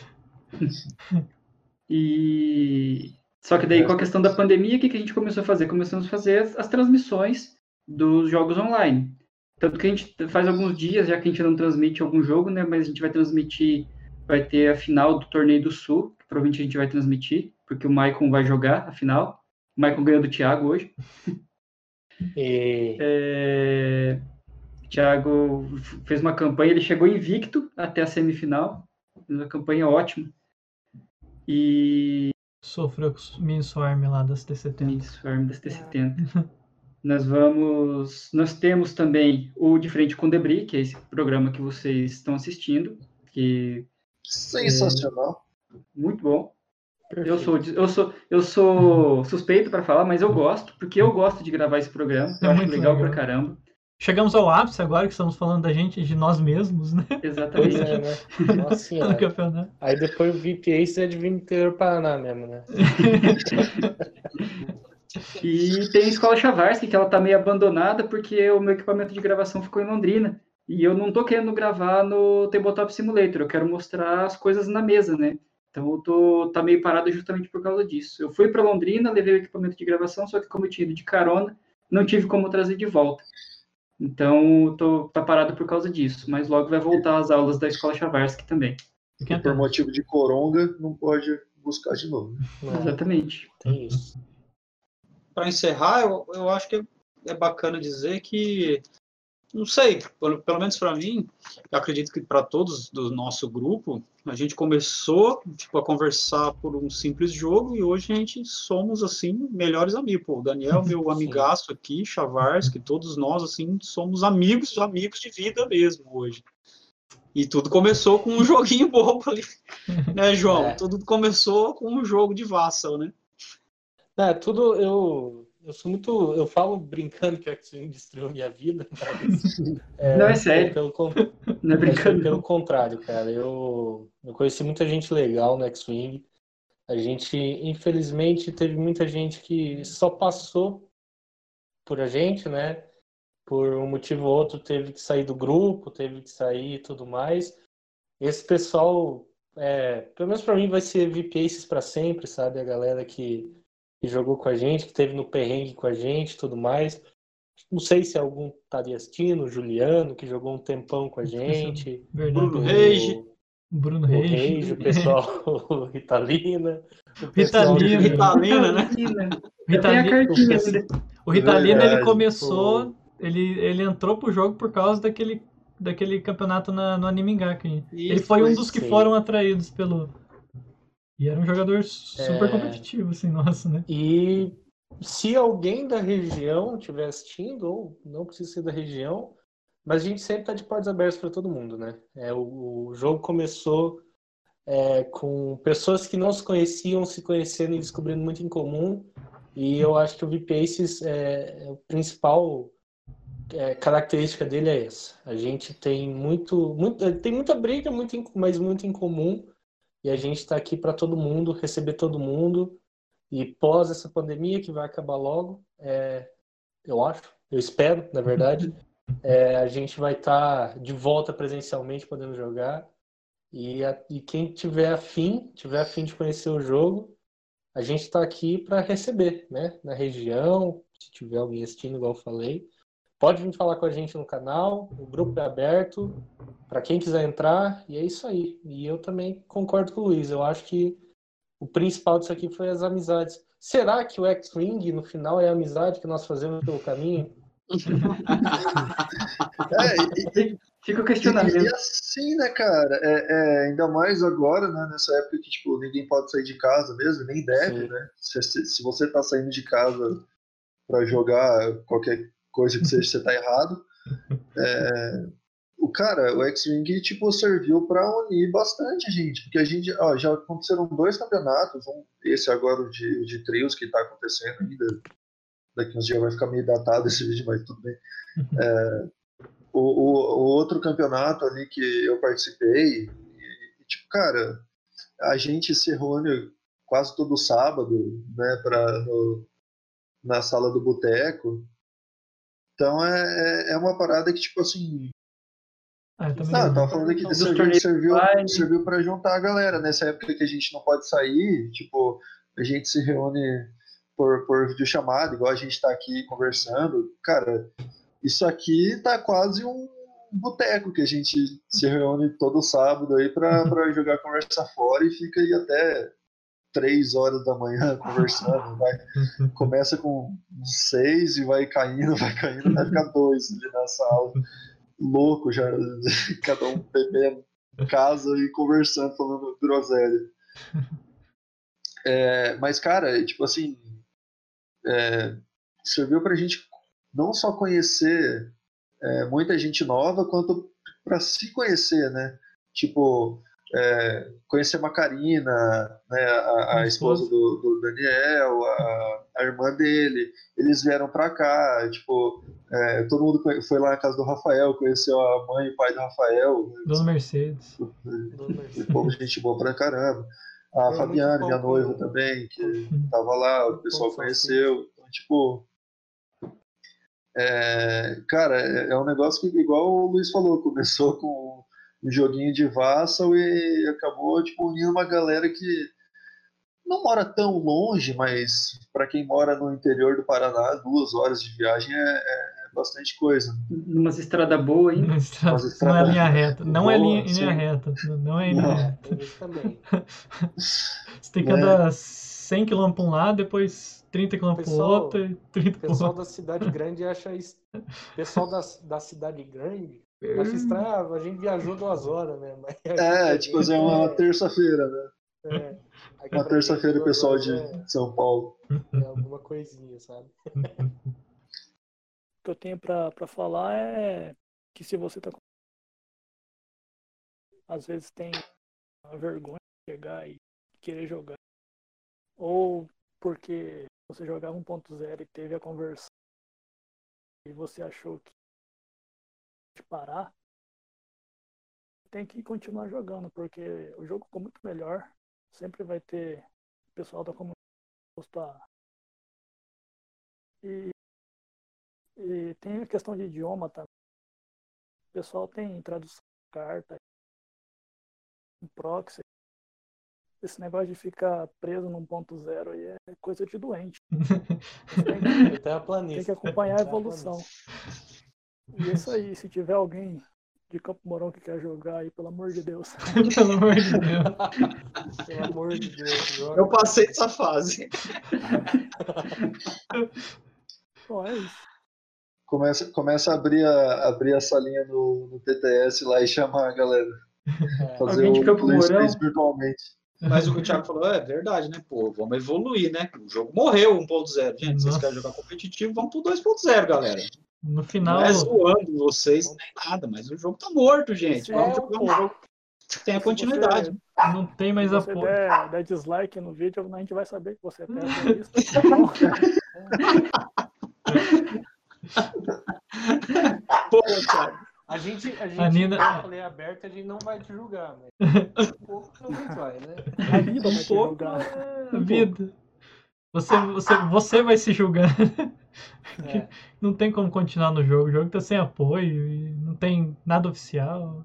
E só que daí com a questão da pandemia, o que a gente começou a fazer? Começamos a fazer as transmissões dos jogos online. Tanto que a gente faz alguns dias, já que a gente não transmite algum jogo, né? Mas a gente vai ter a final do Torneio do Sul, que provavelmente a gente vai transmitir, porque o Maicon vai jogar a final. O Maicon ganhou do Thiago hoje. E O Thiago fez uma campanha, ele chegou invicto até a semifinal. Fez uma campanha ótima. e Sofreu com o Mini Swarm lá das T70. Swarm das T70. Nós temos também o De Frente com Debris, que é esse programa que vocês estão assistindo, que Sensacional. é muito bom. Eu sou suspeito para falar, mas eu gosto, porque eu gosto de gravar esse programa. Eu acho muito legal legal. pra caramba. Chegamos ao ápice agora que estamos falando da gente, de nós mesmos, né? Pois Exatamente. é, né? Nossa No senhora. campeonato. Aí depois o VIP Ace é de vir do interior do Paraná mesmo, né? E tem a Escola Chavarsky, que ela tá meio abandonada porque o meu equipamento de gravação ficou em Londrina. E eu não tô querendo gravar no Tabletop Simulator, eu quero mostrar as coisas na mesa, né? Então tá meio parado justamente por causa disso. Eu fui para Londrina, levei o equipamento de gravação, só que como eu tinha ido de carona, não tive como trazer de volta. Então tá parado por causa disso, mas logo vai voltar às aulas da Escola Chavarsky também. E por motivo de coronga, não pode buscar de novo. Exatamente. Tem isso. Para encerrar, eu acho que é bacana dizer que, não sei, pelo menos para mim, eu acredito que para todos do nosso grupo, a gente começou a conversar por um simples jogo e hoje a gente somos, assim, melhores amigos. Pô, o Daniel, meu amigaço aqui, Chavarsky, todos nós, assim, somos amigos de vida mesmo hoje. E tudo começou com um joguinho bobo ali, né, João? Tudo começou com um jogo de Vassal, né? Tudo eu sou muito. Eu falo brincando que o X-Wing destruiu minha vida, mas. Não, é sério. Não é brincando. Pelo contrário, cara. Eu conheci muita gente legal no X-Wing. A gente, infelizmente, teve muita gente que só passou por a gente, né? Por um motivo ou outro, teve que sair do grupo, teve que sair e tudo mais. Esse pessoal, pelo menos para mim, vai ser VIP Aces para sempre, sabe? A galera que jogou com a gente, que teve no perrengue com a gente e tudo mais. Não sei se algum estaria assistindo, o Juliano, que jogou um tempão com a gente. Verdade. Bruno Reis. O pessoal, o Ritalina. Ritalina, né? O Ritalina, ele começou, ele entrou pro jogo por causa daquele campeonato no Anime Gaki. Ele foi um dos que foram atraídos pelo... E era um jogador super competitivo, assim, nossa, né? E se alguém da região estiver assistindo, ou não precisa ser da região, mas a gente sempre está de portas abertas para todo mundo, né? O jogo começou com pessoas que não se conheciam, se conhecendo e descobrindo muito em comum. E eu acho que o VIP Aces, a principal característica dele é essa. A gente tem tem muita briga, mas muito em comum. E a gente está aqui para todo mundo, receber todo mundo. E pós essa pandemia, que vai acabar logo, eu espero, na verdade, a gente vai estar de volta presencialmente podendo jogar. E quem tiver afim de conhecer o jogo, a gente está aqui para receber, né? Na região, se tiver alguém assistindo, igual eu falei. Pode vir falar com a gente no canal, o grupo é aberto para quem quiser entrar, e é isso aí. E eu também concordo com o Luiz, eu acho que o principal disso aqui foi as amizades. Será que o X-Wing, no final, é a amizade que nós fazemos pelo caminho? Fica o questionamento. E assim, né, cara? Ainda mais agora, né, nessa época que tipo, ninguém pode sair de casa mesmo, nem deve, Sim. né? Se você tá saindo de casa para jogar qualquer coisa que seja, você tá errado. O X-Wing, tipo, serviu para unir bastante gente, porque a gente, já aconteceram 2 campeonatos, esse agora de trios que tá acontecendo ainda, daqui uns dias vai ficar meio datado esse vídeo, mas tudo bem. O outro campeonato ali que eu participei, e, tipo, cara, a gente se reúne quase todo sábado, né, na sala do boteco. Então é uma parada que, tipo assim... eu tava falando aqui que serviu para juntar a galera. Nessa época que a gente não pode sair, tipo, a gente se reúne por videochamada, igual a gente tá aqui conversando. Cara, isso aqui tá quase um boteco que a gente se reúne todo sábado aí pra jogar conversa fora e fica aí até 3 horas da manhã conversando. Começa com 6 e vai caindo, vai ficar 2 ali na sala. Louco, já cada um bebendo em casa e conversando, falando groselha. Mas, cara, tipo assim, serviu pra gente não só conhecer muita gente nova, quanto para se conhecer, né? Tipo, conhecer a Macarina, né? A esposa do Daniel, a irmã dele, eles vieram para cá, tipo, todo mundo foi lá na casa do Rafael, conheceu a mãe e o pai do Rafael. Dona Mercedes. O povo, gente boa pra caramba. A É Fabiana, muito minha bom noiva com- também, que tava lá, o pessoal conheceu. Então, tipo, cara, é um negócio que, igual o Luiz falou, começou com um joguinho de Vassal e acabou, tipo, unindo uma galera que não mora tão longe, mas para quem mora no interior do Paraná, 2 horas de viagem é bastante coisa. Numas estradas boas, hein? Não é linha reta. Não é boa, linha sim. reta. Não é linha Não. reta. Tem isso também. Você tem que Né? andar 100 km para um lado, depois 30 km para o Pessoal- outro e 30 O para o pessoal outro. da cidade grande acha isso. Pessoal da cidade grande acha estranho. A gente viajou 2 horas, né? Mas aqui pra Tipo, gente é uma terça-feira, né? aqui Uma pra terça-feira, gente, o pessoal 2 de horas São Paulo. é alguma coisinha, sabe? O que eu tenho pra falar é que se você tá às vezes tem a vergonha de chegar e querer jogar, ou porque você jogava 1.0 e teve a conversão e você achou que de parar, tem que continuar jogando, porque o jogo ficou muito melhor. Sempre vai ter pessoal da comunidade disposto a. E tem a questão de idioma também. O pessoal tem tradução de carta, um proxy. Esse negócio de ficar preso no 1.0 aí é coisa de doente. Você Eu tenho a tem planilha. que acompanhar a evolução. E é isso aí, se tiver alguém de Campo Mourão que quer jogar aí, pelo amor de Deus. Pelo amor de Deus. Pelo amor de Deus, joga. Eu passei essa fase. Bom, é isso. Começa a abrir a salinha no TTS lá e chamar a galera. Fazer Alguém de o Campo play Mourão? space virtualmente. Mas o que o Thiago falou é verdade, né? Pô, vamos evoluir, né? O jogo morreu 1.0. Gente, vocês querem jogar competitivo, vamos pro 2.0, galera. No Não final, é zoando vocês nem nada, mas o jogo tá morto, gente. Vamos jogar um jogo que tenha continuidade. não tem Se mais você apoio. der dislike no vídeo, a gente vai saber que você é terrorista. Pô, Thiago. A gente A Nina- eu falei aberto, a gente não vai te julgar, mas um pouco a gente vai, né? A vida vai te pouco julgar. é vida. Você vai se julgar. É. Não tem como continuar no jogo. O jogo tá sem apoio e não tem nada oficial.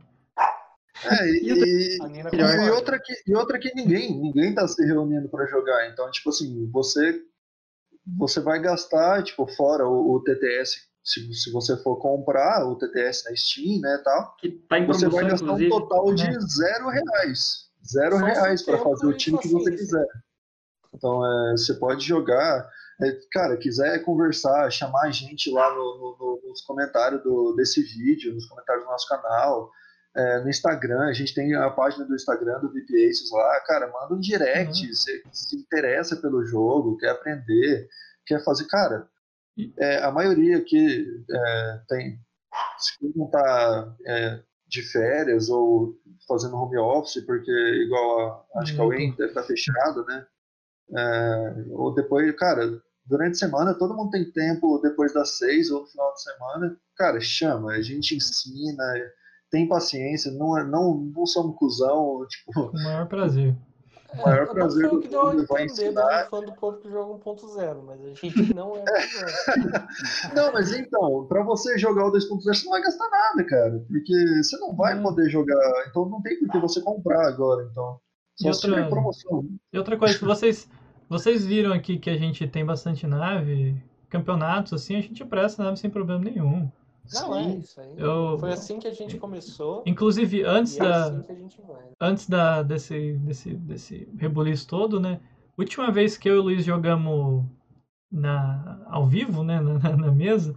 E A Nina outra que ninguém tá se reunindo para jogar. Então, tipo assim, você vai gastar, tipo, fora o TTS, se você for comprar o TTS na Steam, né, tal, Que tá em você vai promoção, gastar inclusive. um total de Né? R$0. R$0 Só para tempo fazer o e time que você paciência. quiser. Então, você pode jogar. Cara, quiser conversar, chamar a gente lá nos comentários desse vídeo, nos comentários do nosso canal, no Instagram, a gente tem a página do Instagram do VP Aces lá, cara, manda um direct, você se interessa pelo jogo, quer aprender, quer fazer, cara, a maioria aqui tem, se não tá de férias ou fazendo home office, porque igual acho que a UEM deve estar fechado, né? Ou depois, cara, durante a semana todo mundo tem tempo depois das 6 ou no final de semana, cara, chama, a gente ensina, tem paciência, não somos cuzão, tipo, Com o maior prazer. o maior Eu prazer foi o do que deu a mundo vai entender ensinar. da fã do povo que joga 1.0, mas a gente não é cuzão. Não, mas então, pra você jogar o 2.0 você não vai gastar nada, cara, porque você não vai Não. poder jogar, então não tem por que você comprar agora, então. E Só se tiver promoção. E outra coisa, se vocês viram aqui que a gente tem bastante nave, campeonatos assim, a gente presta nave sem problema nenhum. Não, é Sim. isso aí. Eu- Foi assim que a gente começou Inclusive, antes e é assim que a gente vai. antes desse rebuliço todo, né? Última vez que eu e o Luiz jogamos ao vivo, né? Na mesa,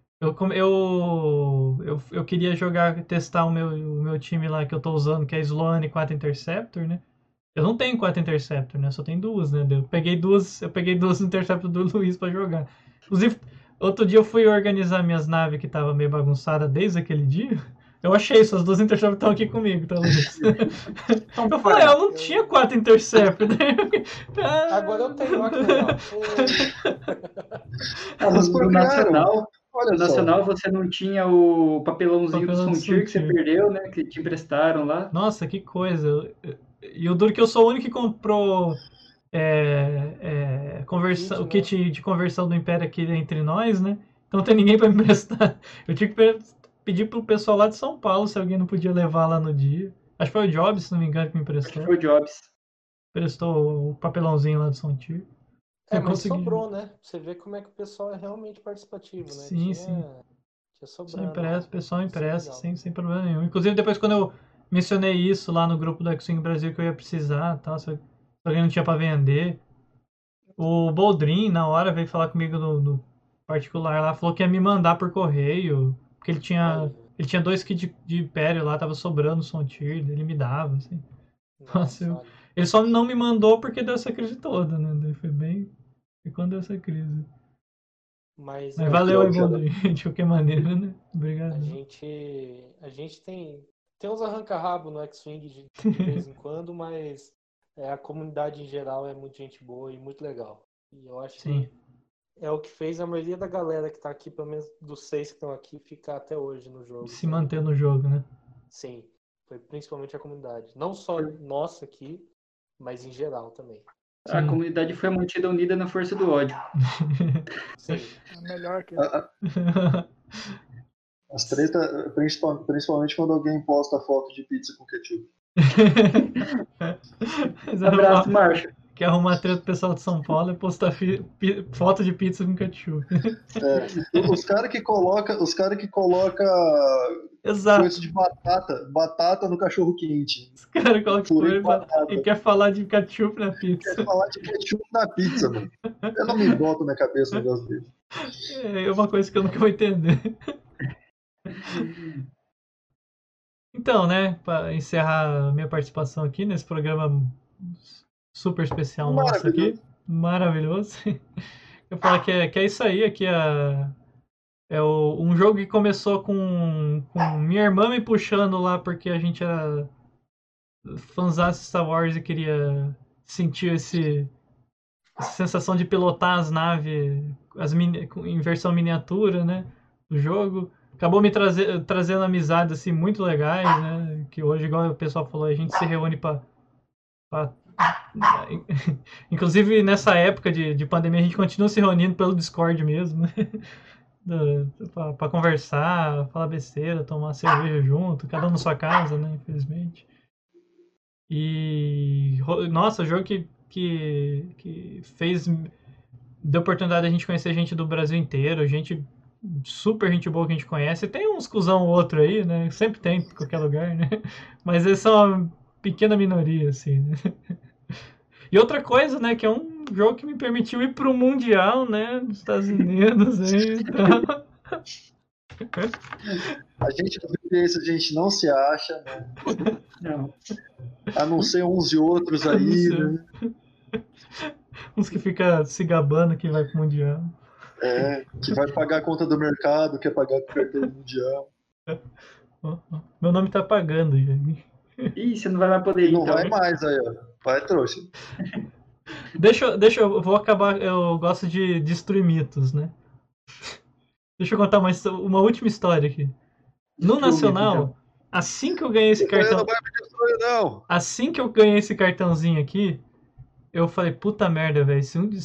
eu queria testar o meu time lá que eu tô usando, que é Sloane 4 Interceptor, né? Eu não tenho 4 Interceptor, né? Só tem 2, né? Eu peguei duas Interceptor do Luiz pra jogar. Inclusive, outro dia eu fui organizar minhas naves que tava meio bagunçada desde aquele dia. Eu achei, suas 2 Interceptor estão aqui comigo, tá, Luiz? Então, Eu falei, eu não tinha 4 Interceptor. Agora eu tenho, olha que legal. Mas por No que, Nacional, Olha no só. Nacional você não tinha o papelãozinho Papelão dos do Frontier que você Frontier. perdeu, né? Que te emprestaram lá. Nossa, que coisa. E o duro que eu sou o único que comprou o kit de conversão do Império aqui entre nós, né? Então não tem ninguém para me emprestar. Eu tinha que pedir pro pessoal lá de São Paulo se alguém não podia levar lá no dia. Acho que foi o Jobs, se não me engano, que me Acho que emprestou. foi o Jobs. Prestou o papelãozinho lá do Frontier. É, Eu mas consegui. sobrou, né? Você vê como é que o pessoal é realmente participativo, né? Sim, sim. Tinha sobrando. O pessoal Isso é empresta, legal. sem problema nenhum. Inclusive, depois quando eu mencionei isso lá no grupo do X-Wing Brasil que eu ia precisar, tal, se alguém não tinha para vender, o Boldrin, na hora, veio falar comigo no particular lá, falou que ia me mandar por correio, porque ele tinha 2 kits de Império lá, tava sobrando o Frontier, ele me dava, assim. Nossa, olha. ele só não me mandou porque deu essa crise toda, né? Daí foi quando deu essa crise. Mas Valeu aí, Boldrin, de qualquer maneira, né? Obrigado. a gente tem uns arranca-rabo no X-Wing de vez em quando, mas a comunidade em geral é muito gente boa e muito legal. E eu acho Sim. que é o que fez a maioria da galera que tá aqui, pelo menos dos 6 que estão aqui, ficar até hoje no jogo. Se manter no jogo, né? Sim, foi principalmente a comunidade. Não só nossa aqui, mas em geral também. A Sim. comunidade foi mantida unida na força do ódio. Sim. É melhor que. As treta, principalmente quando alguém posta foto de pizza com ketchup. Abraço, Marcha. Quer arrumar treta do pessoal de São Paulo e postar foto de pizza com ketchup. Os caras que colocam Exato. coisa de batata no cachorro quente. Os caras colocam Purê de batata. e quer falar de ketchup na pizza. Quer falar de ketchup na pizza, mano. Eu não me boto na cabeça um negócio desse. É uma coisa que eu nunca vou entender. Então, né, para encerrar a minha participação aqui nesse programa super especial nosso aqui, maravilhoso. Eu falo que é isso aí, aqui um jogo que começou com minha irmã me puxando lá porque a gente era fãzaço de Star Wars e queria sentir essa sensação de pilotar as naves em versão miniatura, né, do jogo. Acabou me trazendo amizades assim, muito legais, né, que hoje, igual o pessoal falou, a gente se reúne para inclusive nessa época de pandemia a gente continua se reunindo pelo Discord mesmo, né? Pra conversar, falar besteira, tomar cerveja junto, cada um na sua casa, né? Infelizmente. E nossa, o jogo que deu oportunidade de a gente conhecer gente do Brasil inteiro, super gente boa que a gente conhece. Tem uns cuzão ou outro aí, né? Sempre tem em qualquer lugar, né? Mas eles são uma pequena minoria, assim, né? E outra coisa, né, que é um jogo que me permitiu ir pro Mundial, né, nos Estados Unidos aí, então... A gente do VPS, a gente não se acha, né? Não. A não ser uns e outros aí, né? Uns que ficam se gabando que vai pro Mundial. Que vai pagar a conta do mercado, quer pagar com o cartão mundial. Meu nome tá pagando, gente. Ih, você não vai mais poder ir, Não então. vai mais aí, ó. Vai, trouxa. Eu vou acabar, eu gosto de destruir mitos, né? Deixa eu contar uma última história aqui. No Nacional, então. assim que eu ganhei esse cartão... Não vai me destruir, não. Assim que eu ganhei esse cartãozinho aqui, eu falei, puta merda, velho,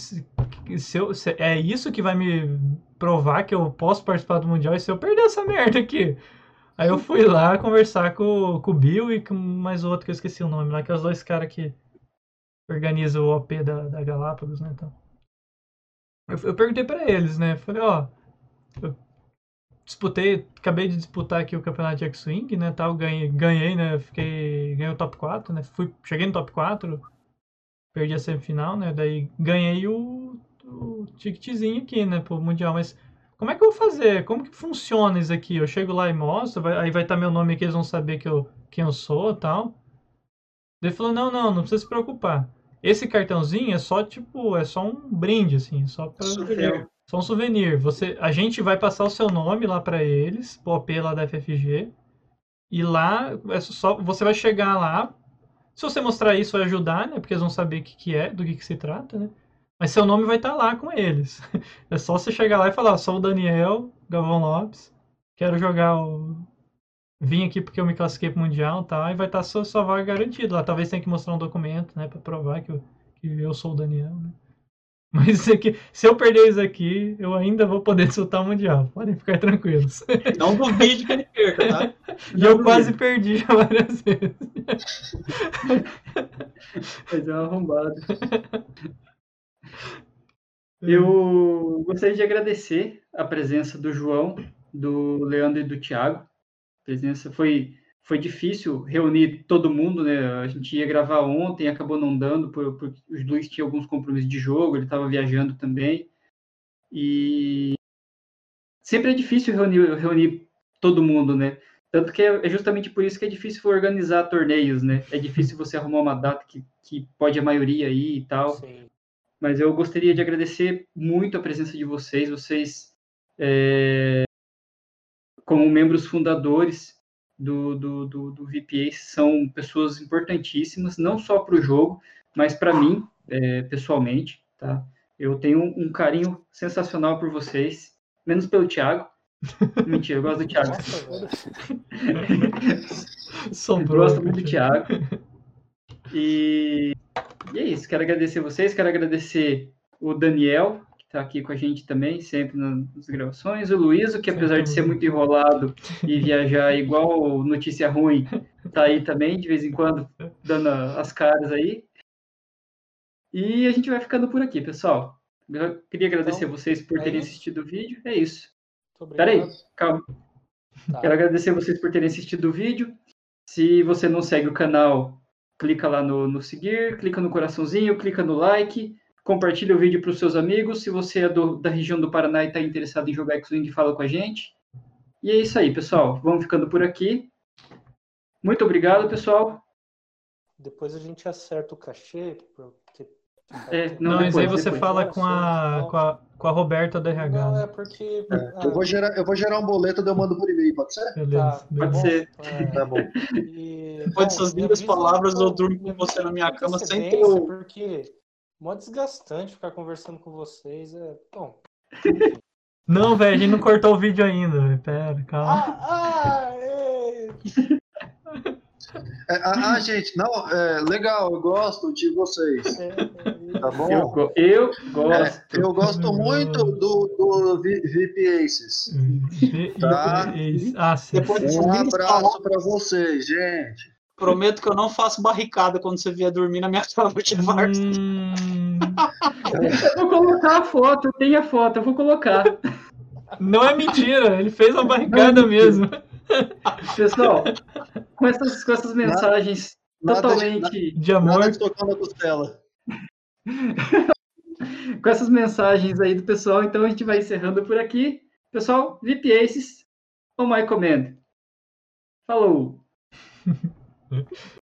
é isso que vai me provar que eu posso participar do Mundial e se eu perder essa merda aqui? Aí eu fui lá conversar com o Bill e com mais outro que eu esqueci o nome lá, que é os 2 caras que organizam o OP da Galápagos, né, então. Eu perguntei pra eles, né, falei, ó, eu acabei de disputar aqui o campeonato de X-Wing, né, tal, ganhei, né, ganhei o top 4, né, cheguei no top 4, perdi a semifinal, né, daí ganhei o ticketzinho aqui, né, pro Mundial, mas como é que eu vou fazer? Como que funciona isso aqui? Eu chego lá e mostro, aí vai estar meu nome aqui, eles vão saber quem eu sou e tal. Ele falou, não precisa se preocupar. Esse cartãozinho é só, tipo, é só um brinde, assim, Souvenir. só um souvenir. A gente vai passar o seu nome lá pra eles, pro OP lá da FFG, e lá, você vai chegar lá. Se você mostrar isso, vai ajudar, né? Porque eles vão saber o que é, do que se trata, né? Mas seu nome vai estar lá com eles. É só você chegar lá e falar, sou o Daniel Galvão Lopes, quero jogar o... Vim aqui porque eu me classifiquei pro Mundial e tal, e vai estar sua vaga garantida lá. Talvez tenha que mostrar um documento, né? Pra provar que eu sou o Daniel, né? Mas se eu perder isso aqui, eu ainda vou poder disputar o Mundial. Podem ficar tranquilos. Não duvide que ele perca, tá? E eu quase perdi já várias vezes. Mas é um arrombado. Eu gostaria de agradecer a presença do João, do Leandro e do Thiago. A presença foi difícil reunir todo mundo, né? A gente ia gravar ontem, acabou não dando, porque os Luiz tinham alguns compromissos de jogo, ele estava viajando também. E sempre é difícil reunir todo mundo, né? Tanto que é justamente por isso que é difícil organizar torneios, né? É difícil você arrumar uma data que pode a maioria ir e tal. Sim. Mas eu gostaria de agradecer muito a presença de vocês. Vocês, como membros fundadores do VPA, são pessoas importantíssimas, não só para o jogo, mas para mim, pessoalmente, tá? Eu tenho um carinho sensacional por vocês, menos pelo Thiago. Mentira, eu gosto do Thiago. Nossa, velho. Gosto muito do Thiago. E é isso, quero agradecer vocês, quero agradecer o Daniel, que está aqui com a gente também, sempre nas gravações, o Luíso, que apesar de ser muito enrolado e viajar igual notícia ruim, tá aí também, de vez em quando, dando as caras aí. E a gente vai ficando por aqui, pessoal. Eu queria agradecer Então, vocês por terem isso? assistido o vídeo. É isso. Muito Peraí, obrigado. calma. Tá. Quero agradecer vocês por terem assistido o vídeo. Se você não segue o canal, clica lá no seguir, clica no coraçãozinho, clica no like, compartilha o vídeo para os seus amigos. Se você é da região do Paraná e está interessado em jogar X-Wing, fala com a gente. E é isso aí, pessoal. Vamos ficando por aqui. Muito obrigado, pessoal. Depois a gente acerta o cachê, porque... Não, mas aí depois, você depois. fala com a Roberta da RH. Não, né? é porque... Eu vou gerar um boleto, daí eu mando por e-mail, pode ser? Beleza. Pode ser. Tá bom. Depois dessas lindas palavras, eu durmo com você na minha cama sem ter o... Porque mó desgastante ficar conversando com vocês. Bom. Não, velho, a gente não cortou o vídeo ainda. Véio. Pera, calma. Gente, não, legal, eu gosto de vocês. Tá bom? Eu gosto. Eu gosto muito do VIP Aces. Tá? Depois Um abraço pra vocês, gente. Prometo que eu não faço barricada quando você vier dormir na minha cama de Varsity. Eu vou colocar a foto, eu tenho a foto, eu vou colocar. Não é mentira, ele fez uma barricada mesmo. Pessoal, com essas mensagens totalmente de amor. Nada de tocar na costela. Com essas mensagens aí do pessoal, então a gente vai encerrando por aqui. Pessoal, VIP Aces, on my command. Falou!